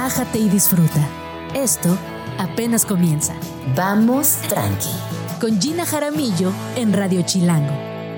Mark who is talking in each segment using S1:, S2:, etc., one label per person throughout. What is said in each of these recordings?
S1: relájate y disfruta. Esto apenas comienza.
S2: Vamos tranqui.
S1: Con Gina Jaramillo en Radio Chilango.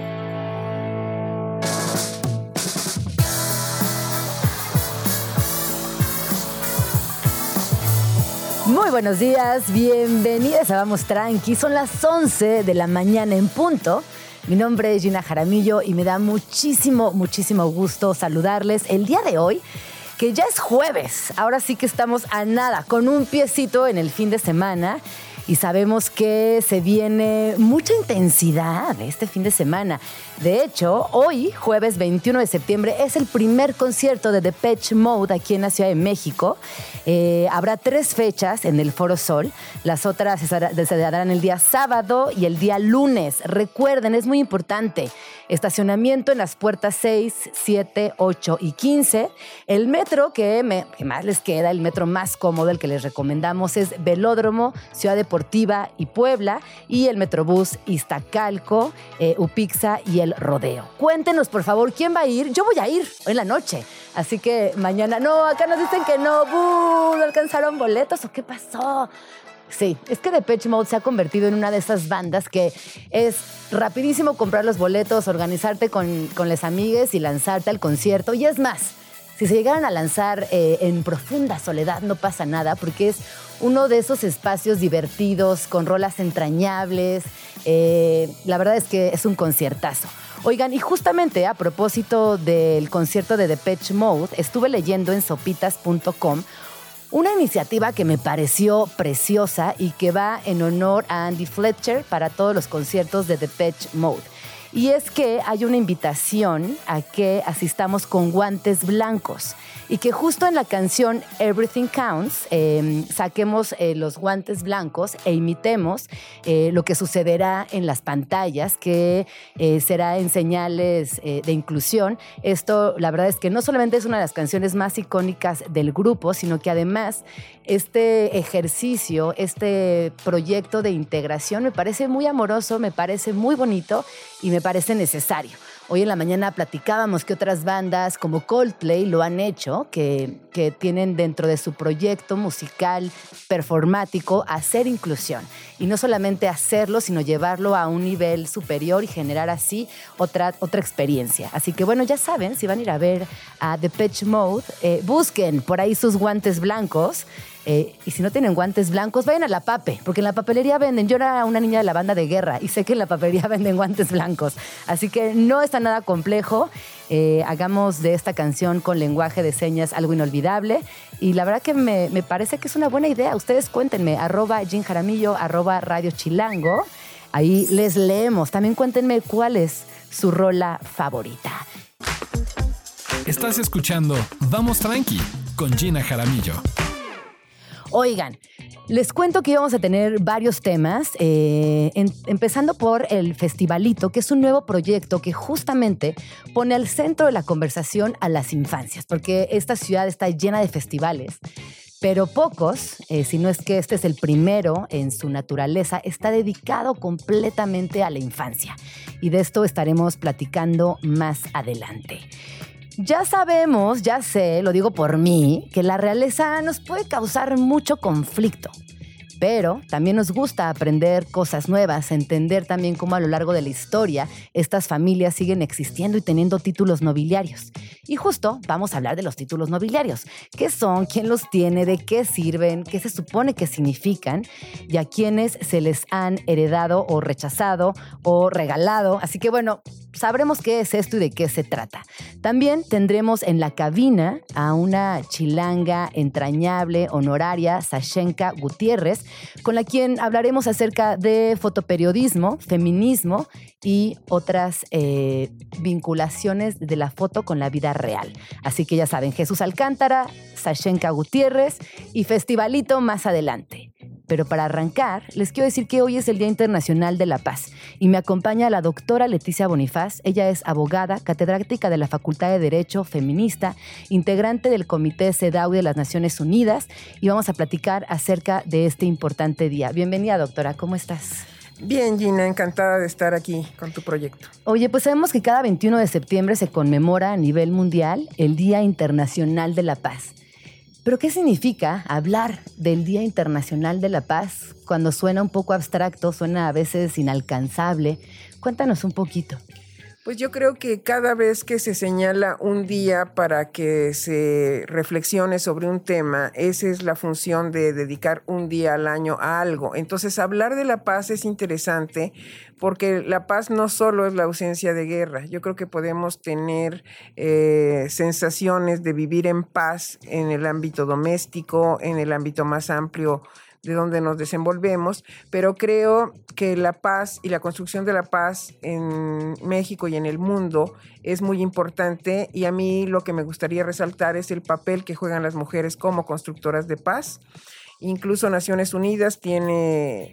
S2: Muy buenos días, bienvenidas a Vamos Tranqui. Son las 11 de la mañana en punto. Mi nombre es Gina Jaramillo y me da muchísimo gusto saludarles el día de hoy, que ya es jueves. Ahora sí que estamos a nada, con un piecito en el fin de semana. Y sabemos que se viene mucha intensidad este fin de semana. De hecho, hoy, jueves 21 de septiembre, es el primer concierto de Depeche Mode aquí en la Ciudad de México. Habrá 3 fechas en el Foro Sol. Las otras se darán el día sábado y el día lunes. Recuerden, es muy importante. Estacionamiento en las puertas 6, 7, 8 y 15. El metro que más les queda, el metro más cómodo, el que les recomendamos, es Velódromo, Ciudad Deportiva y Puebla, y el Metrobús Iztacalco, Upixa y el Rodeo. Cuéntenos, por favor, ¿quién va a ir? Yo voy a ir hoy en la noche. Así que mañana, no, acá nos dicen que no, ¿no alcanzaron boletos o qué pasó? Sí, es que Depeche Mode se ha convertido en una de esas bandas que es rapidísimo comprar los boletos, organizarte con las amigues y lanzarte al concierto. Y es más, si se llegaran a lanzar en profunda soledad, no pasa nada, porque es uno de esos espacios divertidos, con rolas entrañables. La verdad es que es un conciertazo. Oigan, y justamente a propósito del concierto de Depeche Mode, estuve leyendo en sopitas.com una iniciativa que me pareció preciosa y que va en honor a Andy Fletcher para todos los conciertos de Depeche Mode. Y es que hay una invitación a que asistamos con guantes blancos y que justo en la canción Everything Counts saquemos los guantes blancos e imitemos lo que sucederá en las pantallas, que será en señales de inclusión. Esto, la verdad es que no solamente es una de las canciones más icónicas del grupo, sino que además este ejercicio, este proyecto de integración me parece muy amoroso, me parece muy bonito y me parece necesario. Hoy en la mañana platicábamos que otras bandas como Coldplay lo han hecho, que tienen dentro de su proyecto musical performático hacer inclusión. Y no solamente hacerlo, sino llevarlo a un nivel superior y generar así otra experiencia. Así que bueno, ya saben, si van a ir a ver a Depeche Mode, busquen por ahí sus guantes blancos. Y si no tienen guantes blancos, vayan a la Pape, porque en la papelería venden. Yo era una niña de la banda de guerra y sé que en la papelería venden guantes blancos. Así que no está nada complejo. Hagamos de esta canción con lenguaje de señas algo inolvidable. Y la verdad que me parece que es una buena idea. Ustedes cuéntenme, @GinJaramillo, @Radio Chilango. Ahí les leemos. También cuéntenme cuál es su rola favorita.
S3: Estás escuchando Vamos Tranqui con Gina Jaramillo.
S2: Oigan, les cuento que íbamos a tener varios temas, empezando por el Festivalito, que es un nuevo proyecto que justamente pone al centro de la conversación a las infancias, porque esta ciudad está llena de festivales, pero pocos, si no es que este es el primero en su naturaleza, está dedicado completamente a la infancia. Y de esto estaremos platicando más adelante. Ya sabemos, ya sé, lo digo por mí, que la realeza nos puede causar mucho conflicto. Pero también nos gusta aprender cosas nuevas, entender también cómo a lo largo de la historia estas familias siguen existiendo y teniendo títulos nobiliarios. Y justo vamos a hablar de los títulos nobiliarios. ¿Qué son? ¿Quién los tiene? ¿De qué sirven? ¿Qué se supone que significan? Y a quiénes se les han heredado o rechazado o regalado. Así que bueno, sabremos qué es esto y de qué se trata. También tendremos en la cabina a una chilanga entrañable, honoraria, Sashenka Gutiérrez, con la quien hablaremos acerca de fotoperiodismo, feminismo y otras vinculaciones de la foto con la vida real. Así que ya saben, Jesús Alcántara, Sashenka Gutiérrez y Festivalito más adelante. Pero para arrancar, les quiero decir que hoy es el Día Internacional de la Paz y me acompaña la doctora Leticia Bonifaz. Ella es abogada, catedrática de la Facultad de Derecho, feminista, integrante del Comité CEDAW de las Naciones Unidas, y vamos a platicar acerca de este importante día. Bienvenida, doctora, ¿cómo estás?
S4: Bien, Gina, encantada de estar aquí con tu proyecto.
S2: Oye, pues sabemos que cada 21 de septiembre se conmemora a nivel mundial el Día Internacional de la Paz. Pero ¿qué significa hablar del Día Internacional de la Paz cuando suena un poco abstracto, suena a veces inalcanzable? Cuéntanos un poquito.
S4: Pues yo creo que cada vez que se señala un día para que se reflexione sobre un tema, esa es la función de dedicar un día al año a algo. Entonces, hablar de la paz es interesante porque la paz no solo es la ausencia de guerra. Yo creo que podemos tener sensaciones de vivir en paz en el ámbito doméstico, en el ámbito más amplio de donde nos desenvolvemos, pero creo que la paz y la construcción de la paz en México y en el mundo es muy importante, y a mí lo que me gustaría resaltar es el papel que juegan las mujeres como constructoras de paz. Incluso Naciones Unidas tiene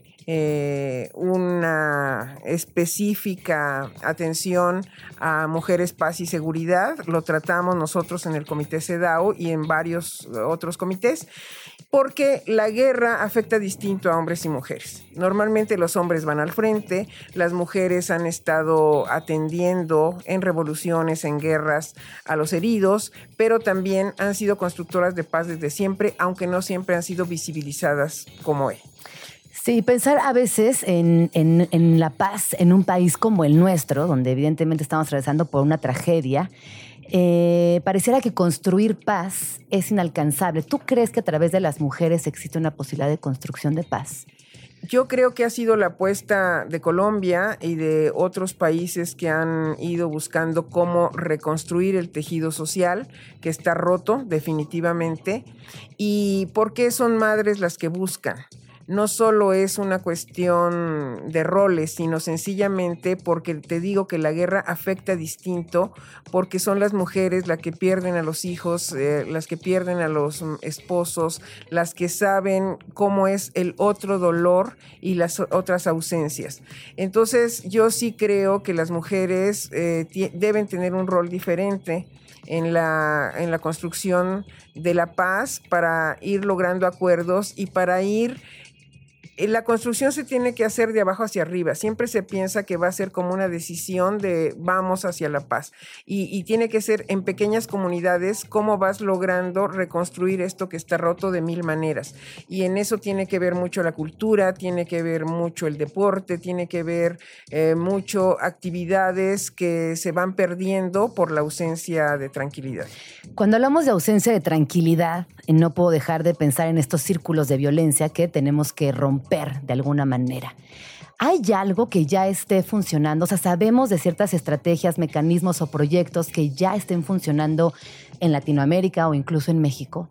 S4: una específica atención a mujeres, paz y seguridad. Lo tratamos nosotros en el Comité CEDAW y en varios otros comités, porque la guerra afecta distinto a hombres y mujeres. Normalmente los hombres van al frente, las mujeres han estado atendiendo en revoluciones, en guerras, a los heridos, pero también han sido constructoras de paz desde siempre, aunque no siempre han sido visibilizadas como él.
S2: Sí, pensar a veces en la paz en un país como el nuestro, donde evidentemente estamos atravesando por una tragedia, pareciera que construir paz es inalcanzable. ¿Tú crees que a través de las mujeres existe una posibilidad de construcción de paz?
S4: Yo creo que ha sido la apuesta de Colombia y de otros países que han ido buscando cómo reconstruir el tejido social, que está roto definitivamente. ¿Y por qué son madres las que buscan? No solo es una cuestión de roles, sino sencillamente porque te digo que la guerra afecta distinto, porque son las mujeres las que pierden a los hijos, las que pierden a los esposos, las que saben cómo es el otro dolor y las otras ausencias. Entonces, yo sí creo que las mujeres deben tener un rol diferente en la construcción de la paz para ir logrando acuerdos y para ir... La construcción se tiene que hacer de abajo hacia arriba. Siempre se piensa que va a ser como una decisión de vamos hacia la paz. Y tiene que ser en pequeñas comunidades cómo vas logrando reconstruir esto que está roto de mil maneras. Y en eso tiene que ver mucho la cultura, tiene que ver mucho el deporte, tiene que ver mucho actividades que se van perdiendo por la ausencia de tranquilidad.
S2: Cuando hablamos de ausencia de tranquilidad, no puedo dejar de pensar en estos círculos de violencia que tenemos que romper de alguna manera. ¿Hay algo que ya esté funcionando? O sea, ¿sabemos de ciertas estrategias, mecanismos o proyectos que ya estén funcionando en Latinoamérica o incluso en México?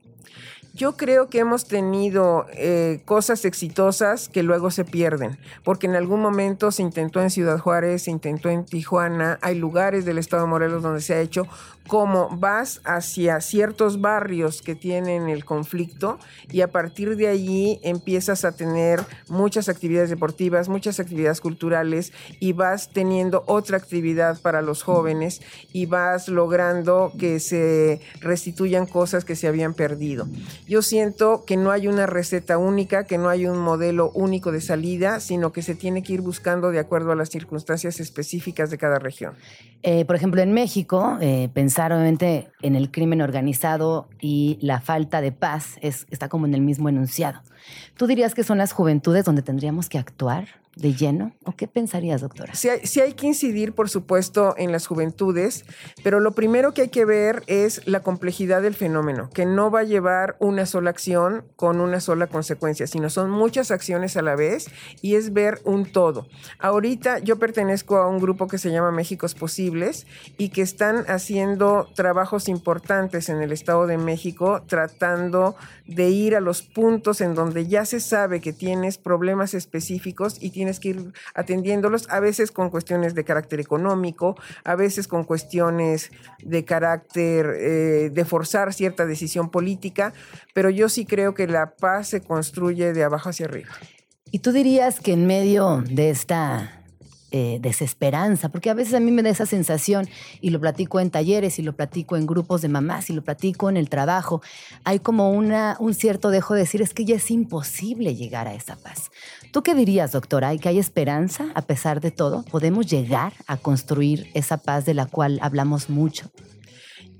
S4: Yo creo que hemos tenido cosas exitosas que luego se pierden, porque en algún momento se intentó en Ciudad Juárez, se intentó en Tijuana, hay lugares del estado de Morelos donde se ha hecho, como vas hacia ciertos barrios que tienen el conflicto y a partir de allí empiezas a tener muchas actividades deportivas, muchas actividades culturales y vas teniendo otra actividad para los jóvenes y vas logrando que se restituyan cosas que se habían perdido. Yo siento que no hay una receta única, que no hay un modelo único de salida, sino que se tiene que ir buscando de acuerdo a las circunstancias específicas de cada región.
S2: Por ejemplo, en México, pensar obviamente en el crimen organizado y la falta de paz está como en el mismo enunciado. ¿Tú dirías que son las juventudes donde tendríamos que actuar de lleno? ¿O qué pensarías, doctora?
S4: Sí hay que incidir, por supuesto, en las juventudes, pero lo primero que hay que ver es la complejidad del fenómeno, que no va a llevar una sola acción con una sola consecuencia, sino son muchas acciones a la vez y es ver un todo. Ahorita yo pertenezco a un grupo que se llama Méxicos Posibles y que están haciendo trabajos importantes en el Estado de México, tratando de ir a los puntos en donde ya se sabe que tienes problemas específicos y tienes que ir atendiéndolos, a veces con cuestiones de carácter económico, a veces con cuestiones de carácter de forzar cierta decisión política, pero yo sí creo que la paz se construye de abajo hacia arriba.
S2: ¿Y tú dirías que en medio de esta desesperanza, porque a veces a mí me da esa sensación, y lo platico en talleres, y lo platico en grupos de mamás, y lo platico en el trabajo, hay como un cierto dejo de decir, es que ya es imposible llegar a esa paz? ¿Tú qué dirías, doctora? ¿Hay que hay esperanza a pesar de todo? ¿Podemos llegar a construir esa paz de la cual hablamos mucho?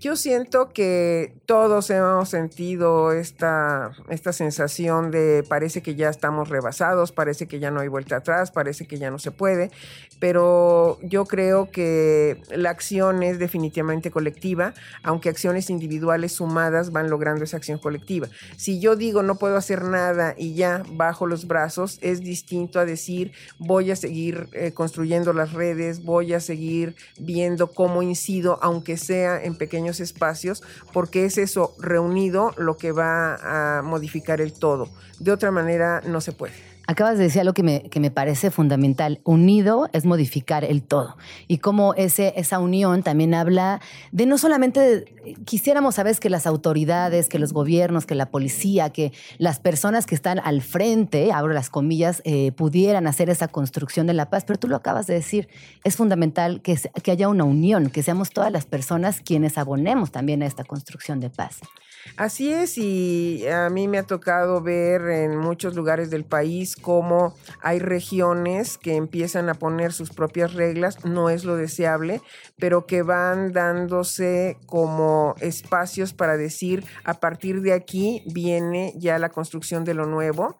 S4: Yo siento que todos hemos sentido esta sensación de parece que ya estamos rebasados, parece que ya no hay vuelta atrás, parece que ya no se puede, pero yo creo que la acción es definitivamente colectiva, aunque acciones individuales sumadas van logrando esa acción colectiva. Si yo digo no puedo hacer nada y ya bajo los brazos, es distinto a decir voy a seguir construyendo las redes, voy a seguir viendo cómo incido, aunque sea en pequeños espacios, porque es eso reunido lo que va a modificar el todo. De otra manera no se puede.
S2: Acabas de decir algo que me parece fundamental. Unido es modificar el todo. Y cómo esa unión también habla de no solamente, quisiéramos, ¿sabes?, que las autoridades, que los gobiernos, que la policía, que las personas que están al frente, abro las comillas, pudieran hacer esa construcción de la paz. Pero tú lo acabas de decir, es fundamental que haya una unión, que seamos todas las personas quienes abonemos también a esta construcción de paz.
S4: Así es, y a mí me ha tocado ver en muchos lugares del país cómo hay regiones que empiezan a poner sus propias reglas, no es lo deseable, pero que van dándose como espacios para decir a partir de aquí viene ya la construcción de lo nuevo.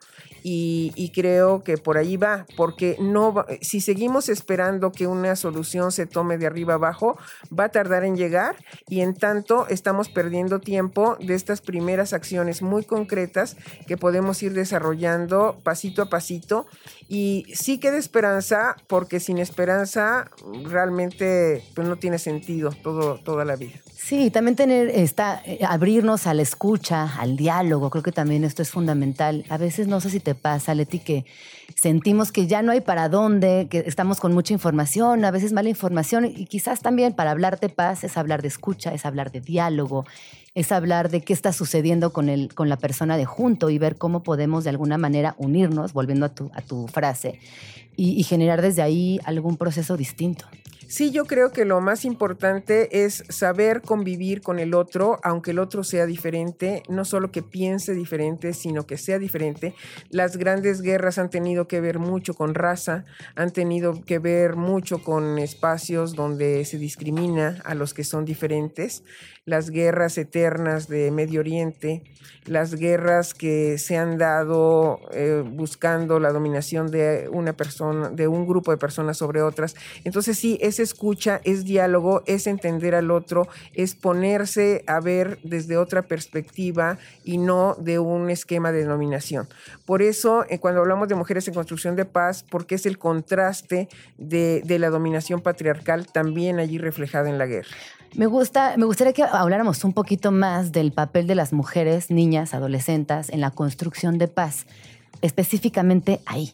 S4: Y creo que por ahí va, porque si seguimos esperando que una solución se tome de arriba abajo, va a tardar en llegar, y en tanto estamos perdiendo tiempo de estas primeras acciones muy concretas que podemos ir desarrollando pasito a pasito. Y sí queda esperanza, porque sin esperanza realmente pues no tiene sentido toda la vida.
S2: Sí, también abrirnos a la escucha, al diálogo. Creo que también esto es fundamental. A veces no sé si te pasa, Leti, que sentimos que ya no hay para dónde, que estamos con mucha información, a veces mala información, y quizás también para hablar de paz es hablar de escucha, es hablar de diálogo, es hablar de qué está sucediendo con la persona de junto y ver cómo podemos de alguna manera unirnos, volviendo a tu frase, y generar desde ahí algún proceso distinto.
S4: Sí, yo creo que lo más importante es saber convivir con el otro, aunque el otro sea diferente, no solo que piense diferente, sino que sea diferente. Las grandes guerras han tenido que ver mucho con raza, han tenido que ver mucho con espacios donde se discrimina a los que son diferentes. Las guerras eternas de Medio Oriente, las guerras que se han dado buscando la dominación de una persona, de un grupo de personas sobre otras. Entonces sí, es escucha, es diálogo, es entender al otro, es ponerse a ver desde otra perspectiva y no de un esquema de dominación. Por eso, cuando hablamos de mujeres en construcción de paz, porque es el contraste de la dominación patriarcal también allí reflejada en la guerra.
S2: Me gustaría que habláramos un poquito más del papel de las mujeres, niñas, adolescentes en la construcción de paz, específicamente ahí.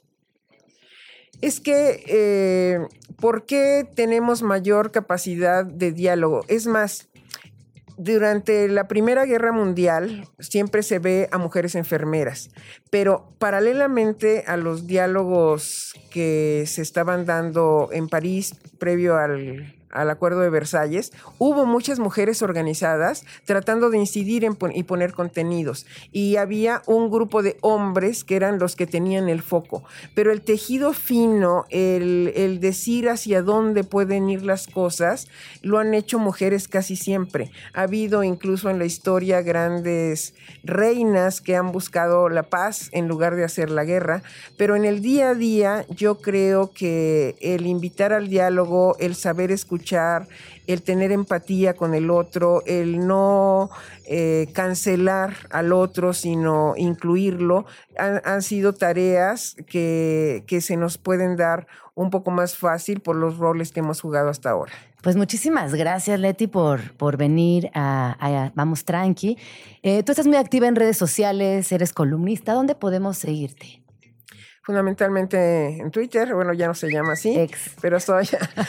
S4: Es que, ¿por qué tenemos mayor capacidad de diálogo? Es más, durante la Primera Guerra Mundial siempre se ve a mujeres enfermeras, pero paralelamente a los diálogos que se estaban dando en París previo al Acuerdo de Versalles, hubo muchas mujeres organizadas tratando de incidir y poner contenidos, y había un grupo de hombres que eran los que tenían el foco, pero el tejido fino, el decir hacia dónde pueden ir las cosas, lo han hecho mujeres casi siempre. Ha habido incluso en la historia grandes reinas que han buscado la paz en lugar de hacer la guerra, pero en el día a día yo creo que el invitar al diálogo, el saber escuchar, el tener empatía con el otro, el no cancelar al otro, sino incluirlo, han sido tareas que se nos pueden dar un poco más fácil por los roles que hemos jugado hasta ahora.
S2: Pues muchísimas gracias, Leti, por venir a Vamos Tranqui. Tú estás muy activa en redes sociales, eres columnista. ¿Dónde podemos seguirte?
S4: Fundamentalmente en Twitter, bueno, ya no se llama así, pero soy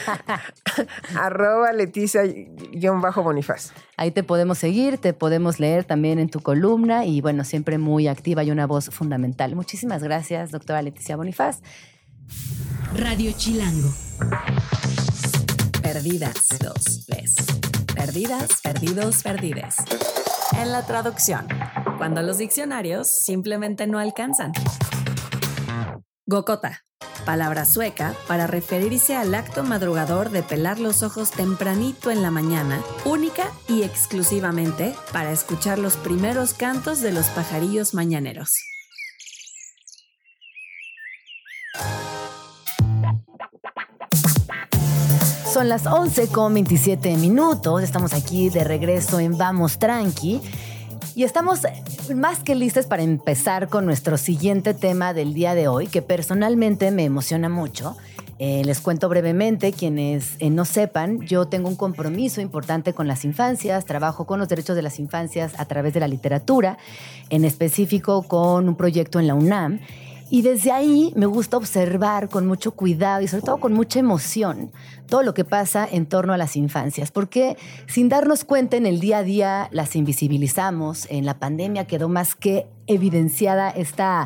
S4: @Leticia_Bonifaz.
S2: Ahí te podemos seguir, te podemos leer también en tu columna y bueno, siempre muy activa y una voz fundamental. Muchísimas gracias, doctora Leticia Bonifaz.
S1: Radio Chilango. Perdidas, 2 veces. Perdidas, perdidos, perdides. En la traducción, cuando los diccionarios simplemente no alcanzan. Gokota. palabra sueca para referirse al acto madrugador de pelar los ojos tempranito en la mañana, única y exclusivamente para escuchar los primeros cantos de los pajarillos mañaneros.
S2: Son las 11:27. Estamos aquí de regreso en Vamos Tranqui. Y estamos más que listos para empezar con nuestro siguiente tema del día de hoy, que personalmente me emociona mucho. Les cuento brevemente, quienes no sepan, yo tengo un compromiso importante con las infancias, trabajo con los derechos de las infancias a través de la literatura, en específico con un proyecto en la UNAM. Y desde ahí me gusta observar con mucho cuidado y sobre todo con mucha emoción todo lo que pasa en torno a las infancias, porque sin darnos cuenta en el día a día las invisibilizamos. En la pandemia quedó más que evidenciada esta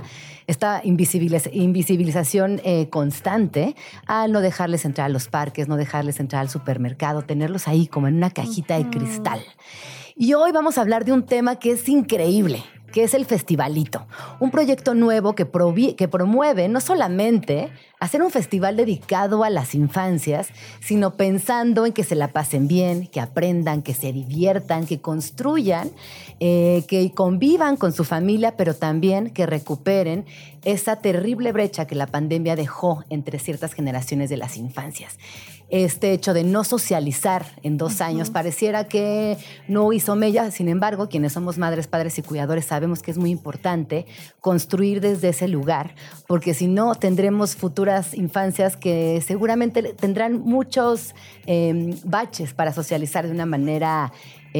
S2: invisibilización constante al no dejarles entrar a los parques, no dejarles entrar al supermercado, tenerlos ahí como en una cajita de cristal. Y hoy vamos a hablar de un tema que es increíble, que es el Festivalito, un proyecto nuevo que promueve no solamente hacer un festival dedicado a las infancias, sino pensando en que se la pasen bien, que aprendan, que se diviertan, que construyan, que convivan con su familia, pero también que recuperen esa terrible brecha que la pandemia dejó entre ciertas generaciones de las infancias. Este hecho de no socializar en 2 años pareciera que no hizo mella. Sin embargo, quienes somos madres, padres y cuidadores sabemos que es muy importante construir desde ese lugar, porque si no tendremos futuras infancias que seguramente tendrán muchos baches para socializar de una manera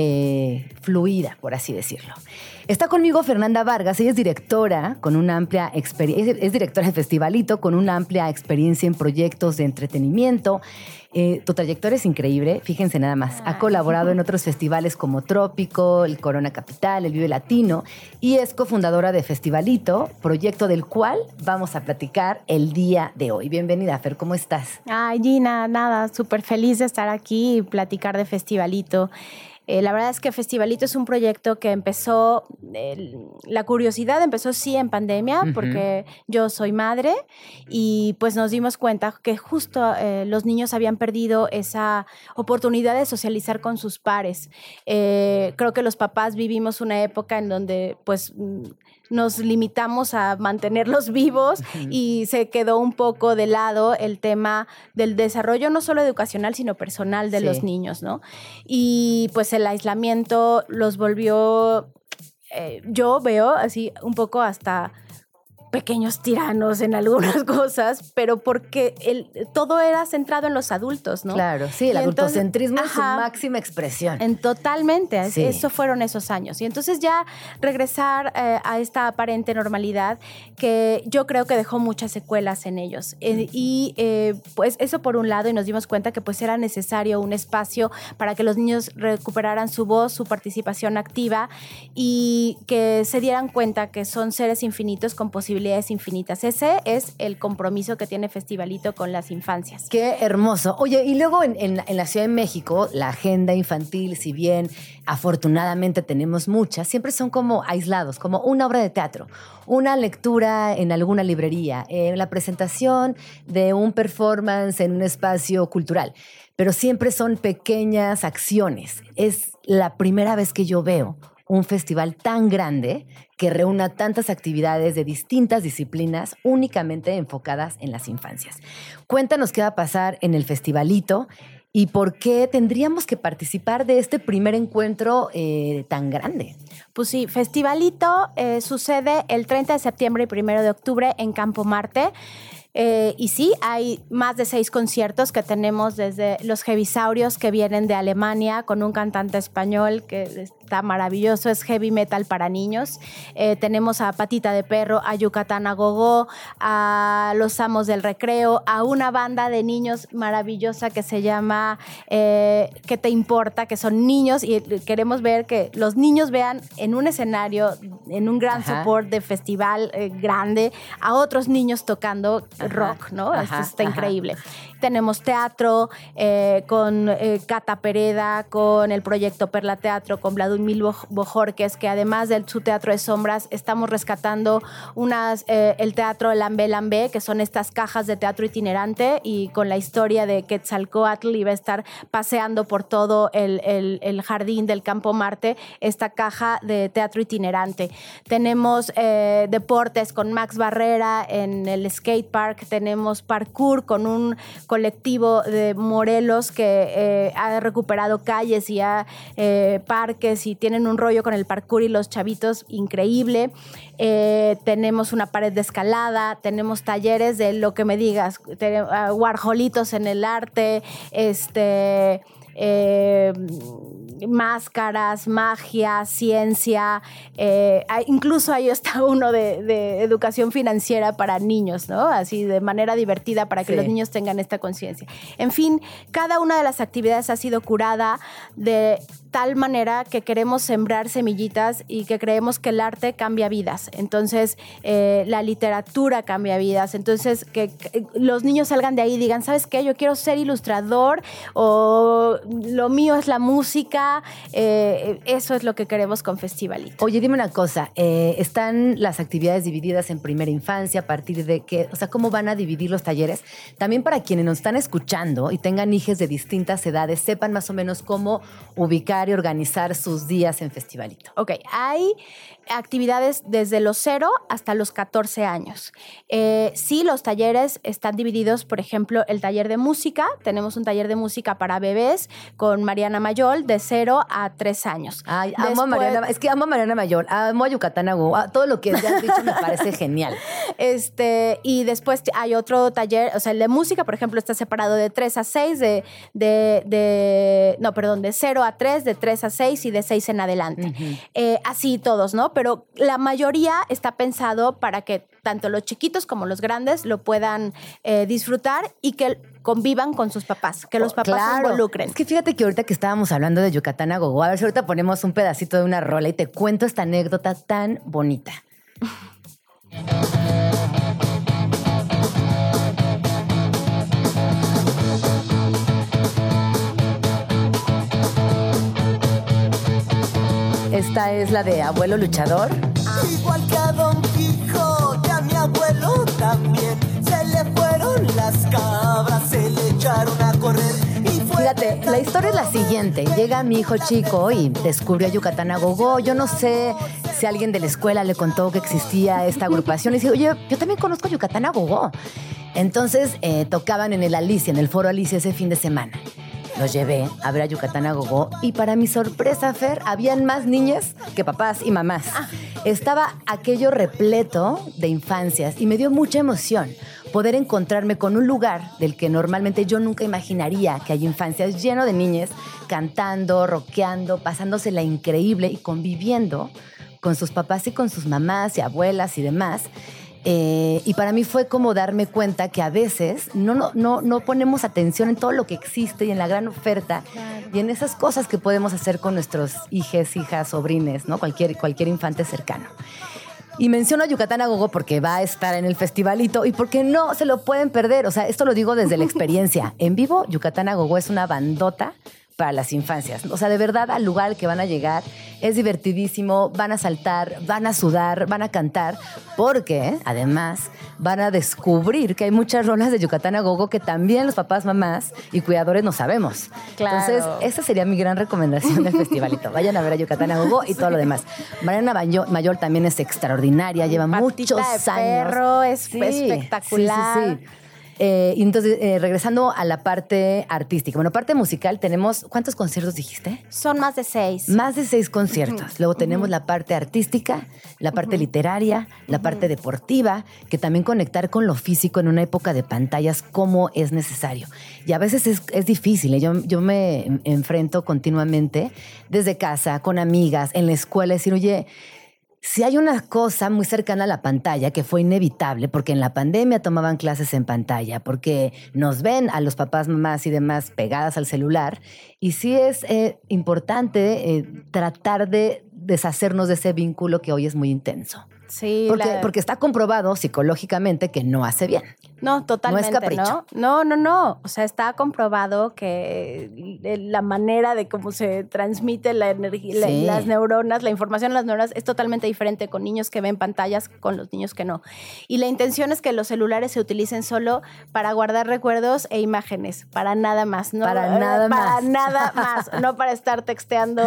S2: fluida, por así decirlo. Está conmigo Fernanda Vargas. Ella es directora con una amplia experiencia, es directora de Festivalito con una amplia experiencia en proyectos de entretenimiento. Tu trayectoria es increíble, fíjense nada más. Ha colaborado en otros festivales como Trópico, el Corona Capital, el Vive Latino, y es cofundadora de Festivalito, proyecto del cual vamos a platicar el día de hoy. Bienvenida, Fer, ¿cómo estás?
S5: Ay, Gina, nada, súper feliz de estar aquí y platicar de Festivalito. La verdad es que Festivalito es un proyecto que empezó, la curiosidad empezó sí en pandemia, porque yo soy madre y pues nos dimos cuenta que justo los niños habían perdido esa oportunidad de socializar con sus pares. Creo que los papás vivimos una época en donde pues nos limitamos a mantenerlos vivos y se quedó un poco de lado el tema del desarrollo no solo educacional, sino personal de los niños, ¿no? Y pues el aislamiento los volvió, yo veo así un poco hasta pequeños tiranos en algunas cosas, pero porque todo era centrado en los adultos, ¿no?
S2: Claro, sí, el adultocentrismo es su máxima expresión.
S5: Totalmente, sí. Eso fueron esos años. Y entonces ya regresar a esta aparente normalidad que yo creo que dejó muchas secuelas en ellos. Pues eso por un lado, y nos dimos cuenta que pues era necesario un espacio para que los niños recuperaran su voz, su participación activa y que se dieran cuenta que son seres infinitos con posibilidades infinitas. Ese es el compromiso que tiene Festivalito con las infancias.
S2: Qué hermoso. Oye, y luego en la Ciudad de México, la agenda infantil, si bien afortunadamente tenemos muchas, siempre son como aislados, como una obra de teatro, una lectura en alguna librería, la presentación de un performance en un espacio cultural, pero siempre son pequeñas acciones. Es la primera vez que yo veo un festival tan grande que reúna tantas actividades de distintas disciplinas únicamente enfocadas en las infancias. Cuéntanos qué va a pasar en el Festivalito y por qué tendríamos que participar de este primer encuentro tan grande.
S5: Pues sí, Festivalito sucede el 30 de septiembre y 1 de octubre en Campo Marte. Y sí, hay más de 6 conciertos que tenemos, desde los Heavisaurios, que vienen de Alemania con un cantante español que está maravilloso, es heavy metal para niños. Tenemos a Patita de Perro, a Yucatán a Gogó, a Los Amos del Recreo, a una banda de niños maravillosa que se llama ¿Qué te importa?, que son niños, y queremos ver que los niños vean en un escenario, en un gran support de festival grande, a otros niños tocando rock, ¿no? Esto está increíble. Tenemos teatro con Cata Pereda, con el proyecto Perla Teatro, con Vladu Ludmil Bojorquez, que además de su Teatro de Sombras, estamos rescatando el Teatro Lambé Lambé, que son estas cajas de teatro itinerante, y con la historia de Quetzalcóatl iba a estar paseando por todo el jardín del Campo Marte, esta caja de teatro itinerante. Tenemos deportes con Max Barrera en el skate park, tenemos parkour con un colectivo de Morelos que ha recuperado calles y parques, y tienen un rollo con el parkour y los chavitos increíble. Tenemos una pared de escalada, tenemos talleres de lo que me digas, Warholitos en el arte, máscaras, magia, ciencia, incluso ahí está uno de educación financiera para niños, ¿no? Así de manera divertida para que los niños tengan esta conciencia. En fin, cada una de las actividades ha sido curada de tal manera que queremos sembrar semillitas y que creemos que el arte cambia vidas. Entonces, la literatura cambia vidas. Entonces, que los niños salgan de ahí y digan, ¿sabes qué? Yo quiero ser ilustrador, o lo mío es la música. Eso es lo que queremos con Festivalito.
S2: Oye, dime una cosa. ¿Están las actividades divididas en primera infancia? ¿A partir de qué? O sea, ¿cómo van a dividir los talleres? También para quienes nos están escuchando y tengan hijos de distintas edades, sepan más o menos cómo ubicar y organizar sus días en Festivalito.
S5: Ok, hay actividades desde los 0 hasta los 14 años. Sí, los talleres están divididos, por ejemplo, el taller de música. Tenemos un taller de música para bebés con Mariana Mayol de 0 a 3 años.
S2: Ay, amo a Mariana, es que amo a Mariana Mayol, amo a Yucatán Agogó, todo lo que ya has dicho me parece genial.
S5: Y después hay otro taller, o sea, el de música, por ejemplo, está separado de 3 a 6, de 0 a 3, de 3 a 6 y de 6 en adelante. Uh-huh. Así todos, ¿no? Pero la mayoría está pensado para que tanto los chiquitos como los grandes lo puedan disfrutar y que convivan con sus papás, que los papás se involucren.
S2: Es que fíjate que ahorita que estábamos hablando de Yucatán Agogó, a ver si ahorita ponemos un pedacito de una rola y te cuento esta anécdota tan bonita. Esta es la de Abuelo Luchador.
S6: Igual que a Don Quijote, a mi abuelo también se le fueron las cabras, se le echaron a correr.
S2: Fíjate, la historia es la siguiente. Llega mi hijo chico y descubrió a Yucatán Agogó. Yo no sé si alguien de la escuela le contó que existía esta agrupación. Y dice, oye, yo también conozco a Yucatán Agogó. Entonces tocaban en el Alicia, en el Foro Alicia ese fin de semana. Los llevé a ver a Yucatán Agogó y para mi sorpresa, Fer, habían más niñas que papás y mamás. Estaba aquello repleto de infancias y me dio mucha emoción poder encontrarme con un lugar del que normalmente yo nunca imaginaría que hay infancias, lleno de niñas cantando, rockeando, pasándosela increíble y conviviendo con sus papás y con sus mamás y abuelas y demás. Y para mí fue como darme cuenta que a veces no ponemos atención en todo lo que existe y en la gran oferta, claro, y en esas cosas que podemos hacer con nuestros hijas, sobrines, ¿no? Cualquier infante cercano. Y menciono a Yucatán Agogó porque va a estar en el Festivalito y porque no se lo pueden perder. O sea, esto lo digo desde la experiencia. En vivo, Yucatán Agogó es una bandota para las infancias. O sea, de verdad, al lugar al que van a llegar es divertidísimo, van a saltar, van a sudar, van a cantar, porque además van a descubrir que hay muchas rolas de Yucatán Agogó que también los papás, mamás y cuidadores no sabemos.
S5: Claro.
S2: Entonces, esa sería mi gran recomendación del Festivalito. Vayan a ver a Yucatán Agogó y todo lo demás. Mariana Mayol también es extraordinaria, lleva muchos años.
S5: Perro, es espectacular.
S2: Sí. Y entonces, regresando a la parte artística. Bueno, parte musical tenemos... ¿Cuántos conciertos dijiste?
S5: Son más de 6.
S2: Más de 6 conciertos. Luego tenemos la parte artística, la parte literaria, la parte deportiva, que también conectar con lo físico en una época de pantallas como es necesario. Y a veces es difícil. Yo me enfrento continuamente desde casa, con amigas, en la escuela, decir, oye... Si hay una cosa muy cercana a la pantalla que fue inevitable, porque en la pandemia tomaban clases en pantalla, porque nos ven a los papás, mamás y demás pegadas al celular, y sí es importante tratar de deshacernos de ese vínculo que hoy es muy intenso.
S5: Sí,
S2: porque está comprobado psicológicamente que no hace bien.
S5: No, totalmente,
S2: no es capricho.
S5: No. O sea, está comprobado que la manera de cómo se transmite la energía,
S2: Sí.
S5: las neuronas, la información en las neuronas es totalmente diferente con niños que ven pantallas con los niños que no. Y la intención es que los celulares se utilicen solo para guardar recuerdos e imágenes, para nada más. No,
S2: Para nada
S5: más. No para estar texteando,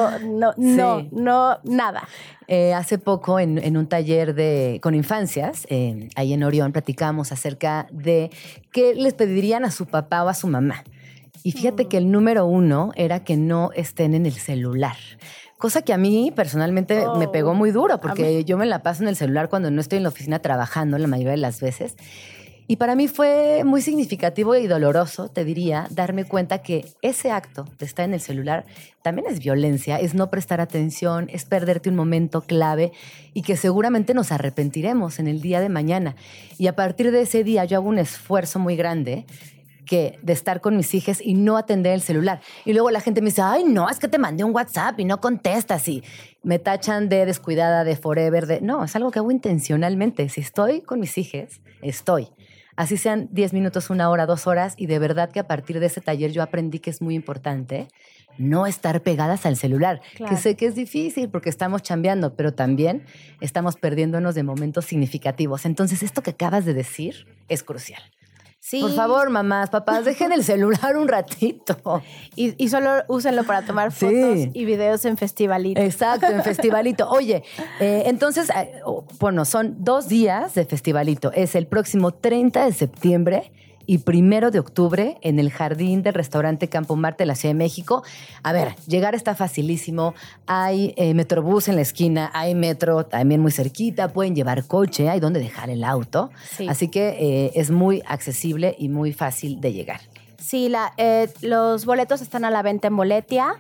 S5: nada.
S2: Hace poco en un taller con infancias, ahí en Orión, platicamos acerca de qué les pedirían a su papá o a su mamá. Y fíjate que el número 1 era que no estén en el celular. Cosa que a mí personalmente me pegó muy duro, porque yo me la paso en el celular cuando no estoy en la oficina trabajando la mayoría de las veces. Y para mí fue muy significativo y doloroso, te diría, darme cuenta que ese acto de estar en el celular también es violencia, es no prestar atención, es perderte un momento clave y que seguramente nos arrepentiremos en el día de mañana. Y a partir de ese día yo hago un esfuerzo muy grande de estar con mis hijas y no atender el celular. Y luego la gente me dice, ay, no, es que te mandé un WhatsApp y no contestas. Y me tachan de descuidada, de forever. No, es algo que hago intencionalmente. Si estoy con mis hijas, estoy. Así sean 10 minutos, 1 hora, 2 horas. Y de verdad que a partir de ese taller yo aprendí que es muy importante no estar pegadas al celular. Claro. Que sé que es difícil porque estamos chambeando, pero también estamos perdiéndonos de momentos significativos. Entonces, esto que acabas de decir es crucial. Sí. Por favor, mamás, papás, dejen el celular un ratito.
S5: Y solo úsenlo para tomar fotos y videos en Festivalito.
S2: Exacto, en Festivalito. Oye, entonces, bueno, son 2 días de Festivalito. Es el próximo 30 de septiembre y 1 de octubre en el jardín del restaurante Campo Marte de la Ciudad de México. A ver, llegar está facilísimo. Hay Metrobús en la esquina, hay metro también muy cerquita, pueden llevar coche, hay donde dejar el auto. Sí. Así que es muy accesible y muy fácil de llegar.
S5: Sí, los boletos están a la venta en Boletia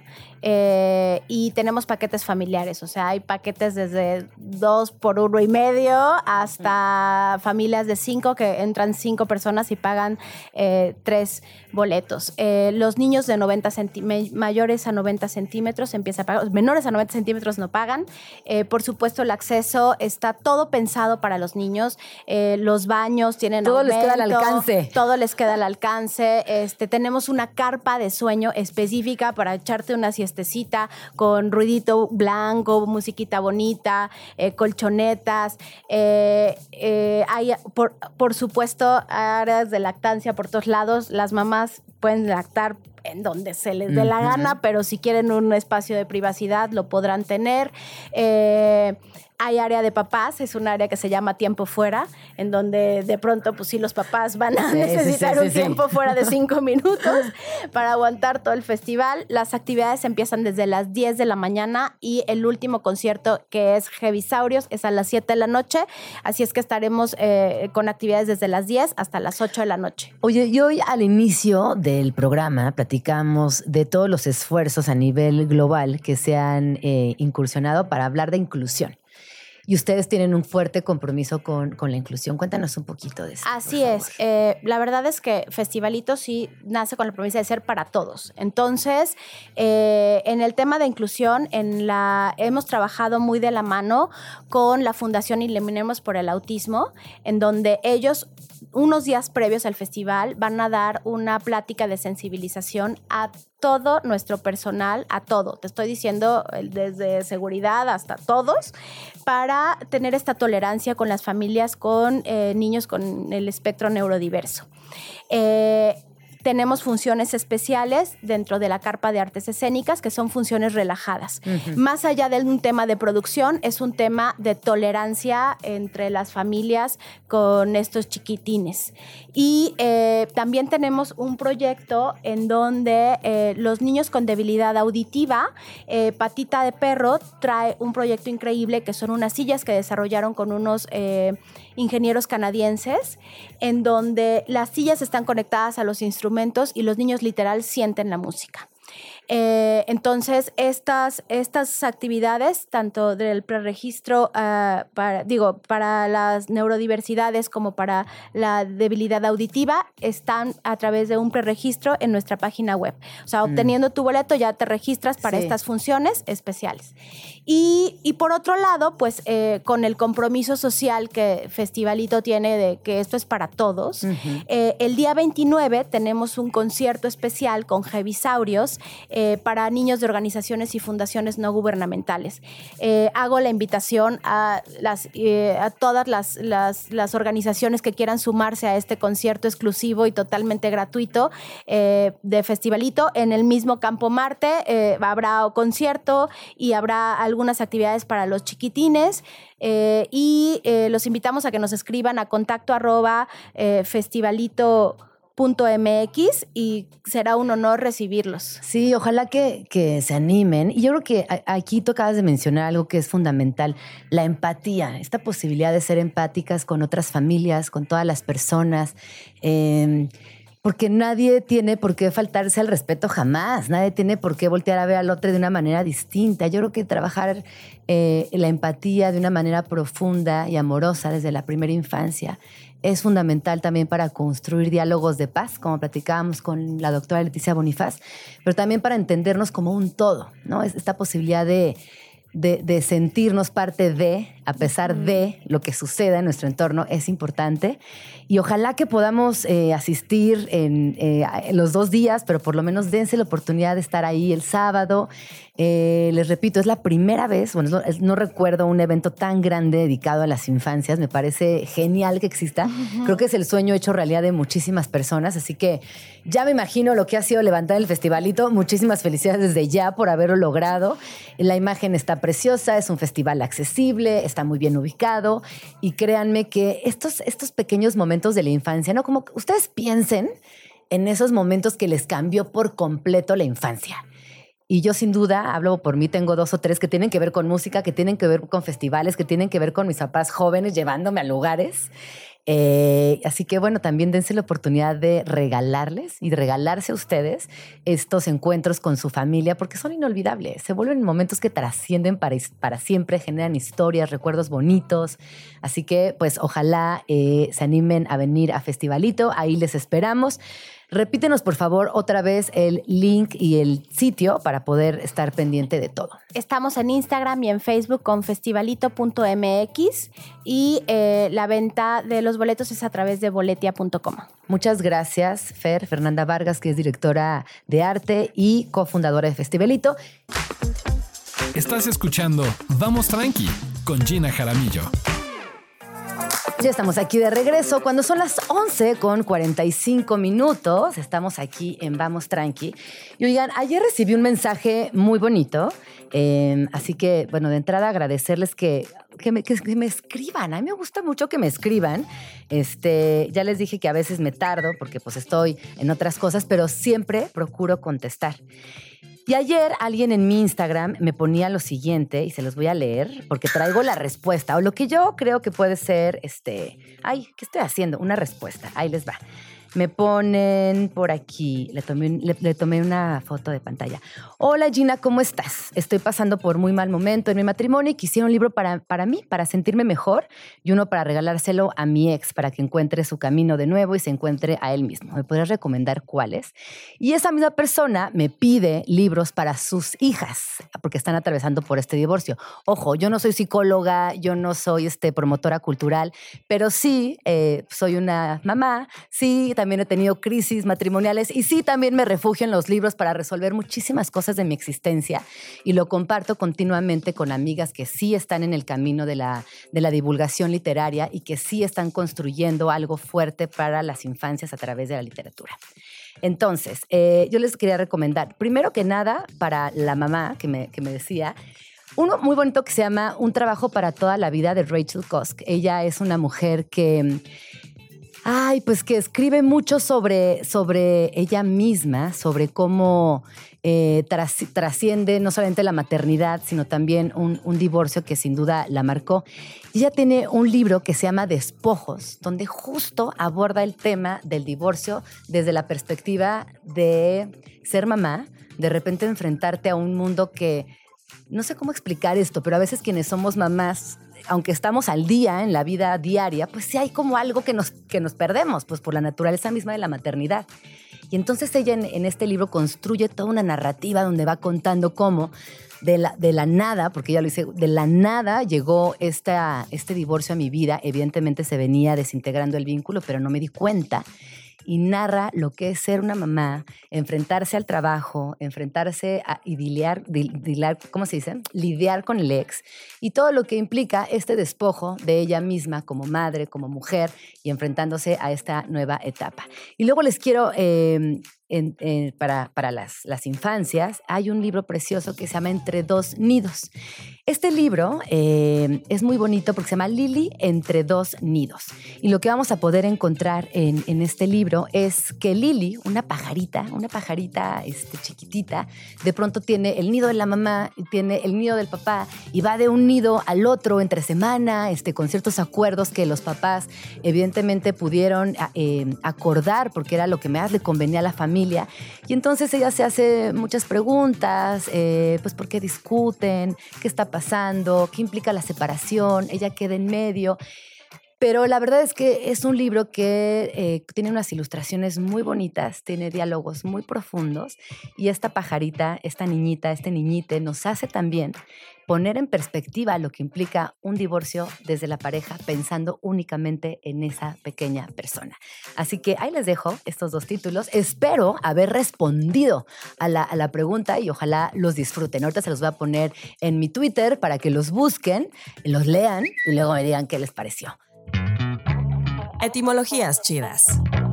S5: y tenemos paquetes familiares. O sea, hay paquetes desde 2 por 1.5 hasta familias de 5 que entran 5 personas y pagan 3 boletos. Los niños de mayores a 90 centímetros empiezan a pagar. Menores a 90 centímetros no pagan. Por supuesto, el acceso está todo pensado para los niños. Los baños tienen
S2: todo
S5: aumento,
S2: les queda al alcance.
S5: Todo les queda al alcance. Tenemos una carpa de sueño específica para echarte una siestecita con ruidito blanco, musiquita bonita, colchonetas. Hay, por supuesto, áreas de lactancia por todos lados. Las mamás pueden lactar en donde se les dé la gana, pero si quieren un espacio de privacidad lo podrán tener. Hay área de papás, es un área que se llama tiempo fuera, en donde de pronto, pues sí, los papás van a necesitar un tiempo fuera de 5 minutos para aguantar todo el festival. Las actividades empiezan desde las 10 de la mañana y el último concierto, que es Heavisaurios, es a las 7 de la noche. Así es que estaremos con actividades desde las 10 hasta las 8 de la noche.
S2: Oye, y hoy al inicio del programa platicamos de todos los esfuerzos a nivel global que se han incursionado para hablar de inclusión. Y ustedes tienen un fuerte compromiso con la inclusión. Cuéntanos un poquito de eso.
S5: Así es. La verdad es que Festivalito sí nace con la promesa de ser para todos. Entonces, en el tema de inclusión, hemos trabajado muy de la mano con la Fundación Iluminemos por el Autismo, en donde ellos, unos días previos al festival, van a dar una plática de sensibilización a todo nuestro personal, a todo. Te estoy diciendo desde seguridad hasta todos, para tener esta tolerancia con las familias con niños con el espectro neurodiverso. Tenemos funciones especiales dentro de la carpa de artes escénicas, que son funciones relajadas. Uh-huh. Más allá de un tema de producción, es un tema de tolerancia entre las familias con estos chiquitines. Y también tenemos un proyecto en donde los niños con debilidad auditiva, Patita de Perro trae un proyecto increíble que son unas sillas que desarrollaron con unos ingenieros canadienses, en donde las sillas están conectadas a los instrumentos y los niños literal sienten la música. Entonces, estas actividades, tanto del preregistro para las neurodiversidades como para la debilidad auditiva, están a través de un preregistro en nuestra página web. O sea, obteniendo tu boleto ya te registras para estas funciones especiales. Y por otro lado, pues con el compromiso social que Festivalito tiene de que esto es para todos, el día 29 tenemos un concierto especial con Heavisaurios para niños de organizaciones y fundaciones no gubernamentales. Hago la invitación a todas las organizaciones que quieran sumarse a este concierto exclusivo y totalmente gratuito de Festivalito. En el mismo Campo Marte habrá concierto y habrá algunas actividades para los chiquitines. Y los invitamos a que nos escriban a contacto@festivalito.mx y será un honor recibirlos.
S2: Sí, ojalá que se animen. Y yo creo que aquí tú acabas de mencionar algo que es fundamental, la empatía, esta posibilidad de ser empáticas con otras familias, con todas las personas, porque nadie tiene por qué faltarse al respeto jamás, nadie tiene por qué voltear a ver al otro de una manera distinta. Yo creo que trabajar la empatía de una manera profunda y amorosa desde la primera infancia es fundamental también para construir diálogos de paz, como platicábamos con la doctora Leticia Bonifaz, pero también para entendernos como un todo, ¿no? Esta posibilidad de sentirnos parte de, a pesar de lo que suceda en nuestro entorno, es importante. Y ojalá que podamos asistir en los 2 días, pero por lo menos dense la oportunidad de estar ahí el sábado. Les repito, es la primera vez, bueno, no recuerdo un evento tan grande dedicado a las infancias. Me parece genial que exista. Creo que es el sueño hecho realidad de muchísimas personas. Así que ya me imagino lo que ha sido levantar el Festivalito. Muchísimas felicidades desde ya por haberlo logrado. La imagen está preciosa, es un festival accesible, está muy bien ubicado. Y créanme que estos pequeños momentos de la infancia, ¿no? Como ustedes piensen en esos momentos que les cambió por completo la infancia. Y yo sin duda, hablo por mí, tengo 2 o 3 que tienen que ver con música, que tienen que ver con festivales, que tienen que ver con mis papás jóvenes llevándome a lugares. Así que bueno, también dense la oportunidad de regalarles y de regalarse a ustedes estos encuentros con su familia, porque son inolvidables. Se vuelven momentos que trascienden para siempre, generan historias, recuerdos bonitos. Así que pues ojalá se animen a venir a Festivalito. Ahí les esperamos. Repítenos, por favor, otra vez el link y el sitio para poder estar pendiente de todo.
S5: Estamos en Instagram y en Facebook con festivalito.mx y la venta de los boletos es a través de boletia.com.
S2: Muchas gracias, Fernanda Vargas, que es directora de arte y cofundadora de Festivalito.
S3: Estás escuchando Vamos Tranqui con Gina Jaramillo.
S2: Ya estamos aquí de regreso cuando son las 11:45. Estamos aquí en Vamos Tranqui. Y oigan, ayer recibí un mensaje muy bonito. Así que, bueno, de entrada agradecerles que me escriban. A mí me gusta mucho que me escriban. Ya les dije que a veces me tardo porque pues estoy en otras cosas, pero siempre procuro contestar. Y ayer alguien en mi Instagram me ponía lo siguiente, y se los voy a leer, porque traigo la respuesta, o lo que yo creo que puede ser, ¿qué estoy haciendo? Una respuesta. Ahí les va. Me ponen por aquí, le tomé una foto de pantalla. Hola Gina, ¿cómo estás? Estoy pasando por muy mal momento en mi matrimonio y quisiera un libro para mí, para sentirme mejor, y uno para regalárselo a mi ex, para que encuentre su camino de nuevo y se encuentre a él mismo. ¿Me podrías recomendar cuáles? Y esa misma persona me pide libros para sus hijas, porque están atravesando por este divorcio. Ojo, yo no soy psicóloga, yo no soy promotora cultural, pero sí soy una mamá, sí, también he tenido crisis matrimoniales y sí, también me refugio en los libros para resolver muchísimas cosas de mi existencia y lo comparto continuamente con amigas que sí están en el camino de la divulgación literaria y que sí están construyendo algo fuerte para las infancias a través de la literatura. Entonces, yo les quería recomendar, primero que nada, para la mamá que me decía, uno muy bonito que se llama Un trabajo para toda la vida de Rachel Cusk. Ella es una mujer que Ay, pues que escribe mucho sobre ella misma, sobre cómo trasciende no solamente la maternidad, sino también un divorcio que sin duda la marcó. Y ella tiene un libro que se llama Despojos, donde justo aborda el tema del divorcio desde la perspectiva de ser mamá, de repente enfrentarte a un mundo que, no sé cómo explicar esto, pero a veces quienes somos mamás, aunque estamos al día en la vida diaria, pues sí hay como algo que nos perdemos, pues por la naturaleza misma de la maternidad. Y entonces ella en este libro construye toda una narrativa donde va contando cómo de la nada, porque ella lo dice, de la nada llegó este divorcio a mi vida. Evidentemente se venía desintegrando el vínculo, pero no me di cuenta. Y narra lo que es ser una mamá, enfrentarse al trabajo, enfrentarse y ¿cómo se dice? Lidiar con el ex y todo lo que implica este despojo de ella misma como madre, como mujer y enfrentándose a esta nueva etapa. Y luego les quiero, para las infancias, hay un libro precioso que se llama Entre dos nidos. Este libro es muy bonito porque se llama Lili entre dos nidos. Y lo que vamos a poder encontrar en este libro es que Lili, una pajarita chiquitita, de pronto tiene el nido de la mamá y tiene el nido del papá y va de un nido al otro entre semana, con ciertos acuerdos que los papás evidentemente pudieron acordar porque era lo que más le convenía a la familia. Y entonces ella se hace muchas preguntas, pues ¿por qué discuten? ¿Qué está pasando? ¿Qué implica la separación? Ella queda en medio. Pero la verdad es que es un libro que tiene unas ilustraciones muy bonitas, tiene diálogos muy profundos y esta pajarita, esta niñita, este niñite nos hace también poner en perspectiva lo que implica un divorcio desde la pareja pensando únicamente en esa pequeña persona. Así que ahí les dejo estos dos títulos. Espero haber respondido a la pregunta y ojalá los disfruten. Ahorita se los voy a poner en mi Twitter para que los busquen, los lean y luego me digan qué les pareció.
S1: Etimologías chidas.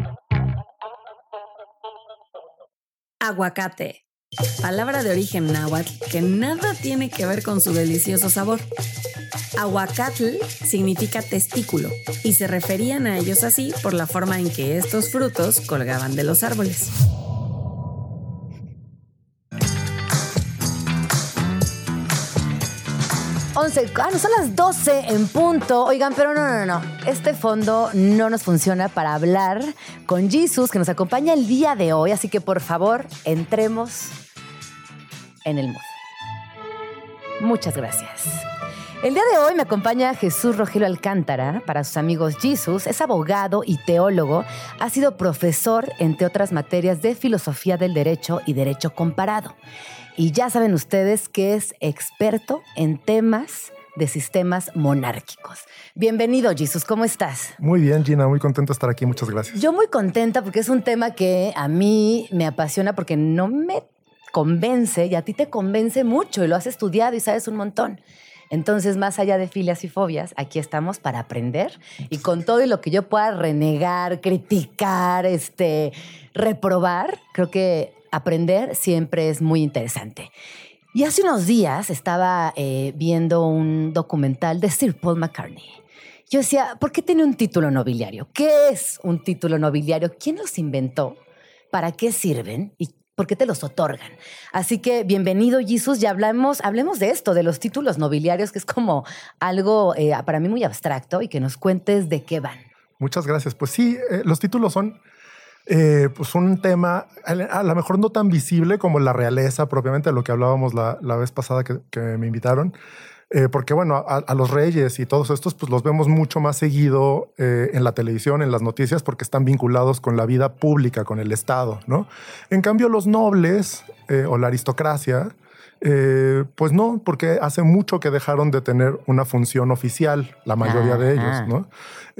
S1: Aguacate. Palabra de origen náhuatl que nada tiene que ver con su delicioso sabor. Aguacatl significa testículo y se referían a ellos así por la forma en que estos frutos colgaban de los árboles.
S2: No, son las 12 en punto. Oigan, pero no. Este fondo no nos funciona para hablar con Jesus, que nos acompaña el día de hoy. Así que, por favor, entremos en el mood. Muchas gracias. El día de hoy me acompaña Jesús Rogelio Alcántara. Para sus amigos, Jesus es abogado y teólogo. Ha sido profesor, entre otras materias, de filosofía del derecho y derecho comparado. Y ya saben ustedes que es experto en temas de sistemas monárquicos. Bienvenido, Jesus, ¿cómo estás?
S7: Muy bien, Gina, muy contenta de estar aquí, muchas gracias.
S2: Yo muy contenta porque es un tema que a mí me apasiona porque no me convence y a ti te convence mucho y lo has estudiado y sabes un montón. Entonces, más allá de filias y fobias, aquí estamos para aprender y con todo y lo que yo pueda renegar, criticar, reprobar, creo que aprender siempre es muy interesante. Y hace unos días estaba viendo un documental de Sir Paul McCartney. Yo decía, ¿por qué tiene un título nobiliario? ¿Qué es un título nobiliario? ¿Quién los inventó? ¿Para qué sirven? ¿Y por qué te los otorgan? Así que bienvenido, Jesus. Ya hablemos de esto, de los títulos nobiliarios, que es como algo para mí muy abstracto y que nos cuentes de qué van.
S7: Muchas gracias. Pues sí, los títulos son pues un tema a lo mejor no tan visible como la realeza propiamente, de lo que hablábamos la vez pasada que me invitaron. Porque bueno, a los reyes y todos estos pues los vemos mucho más seguido en la televisión, en las noticias, porque están vinculados con la vida pública, con el Estado, ¿no? En cambio, los nobles o la aristocracia, pues no, porque hace mucho que dejaron de tener una función oficial, la mayoría de ellos, ¿no?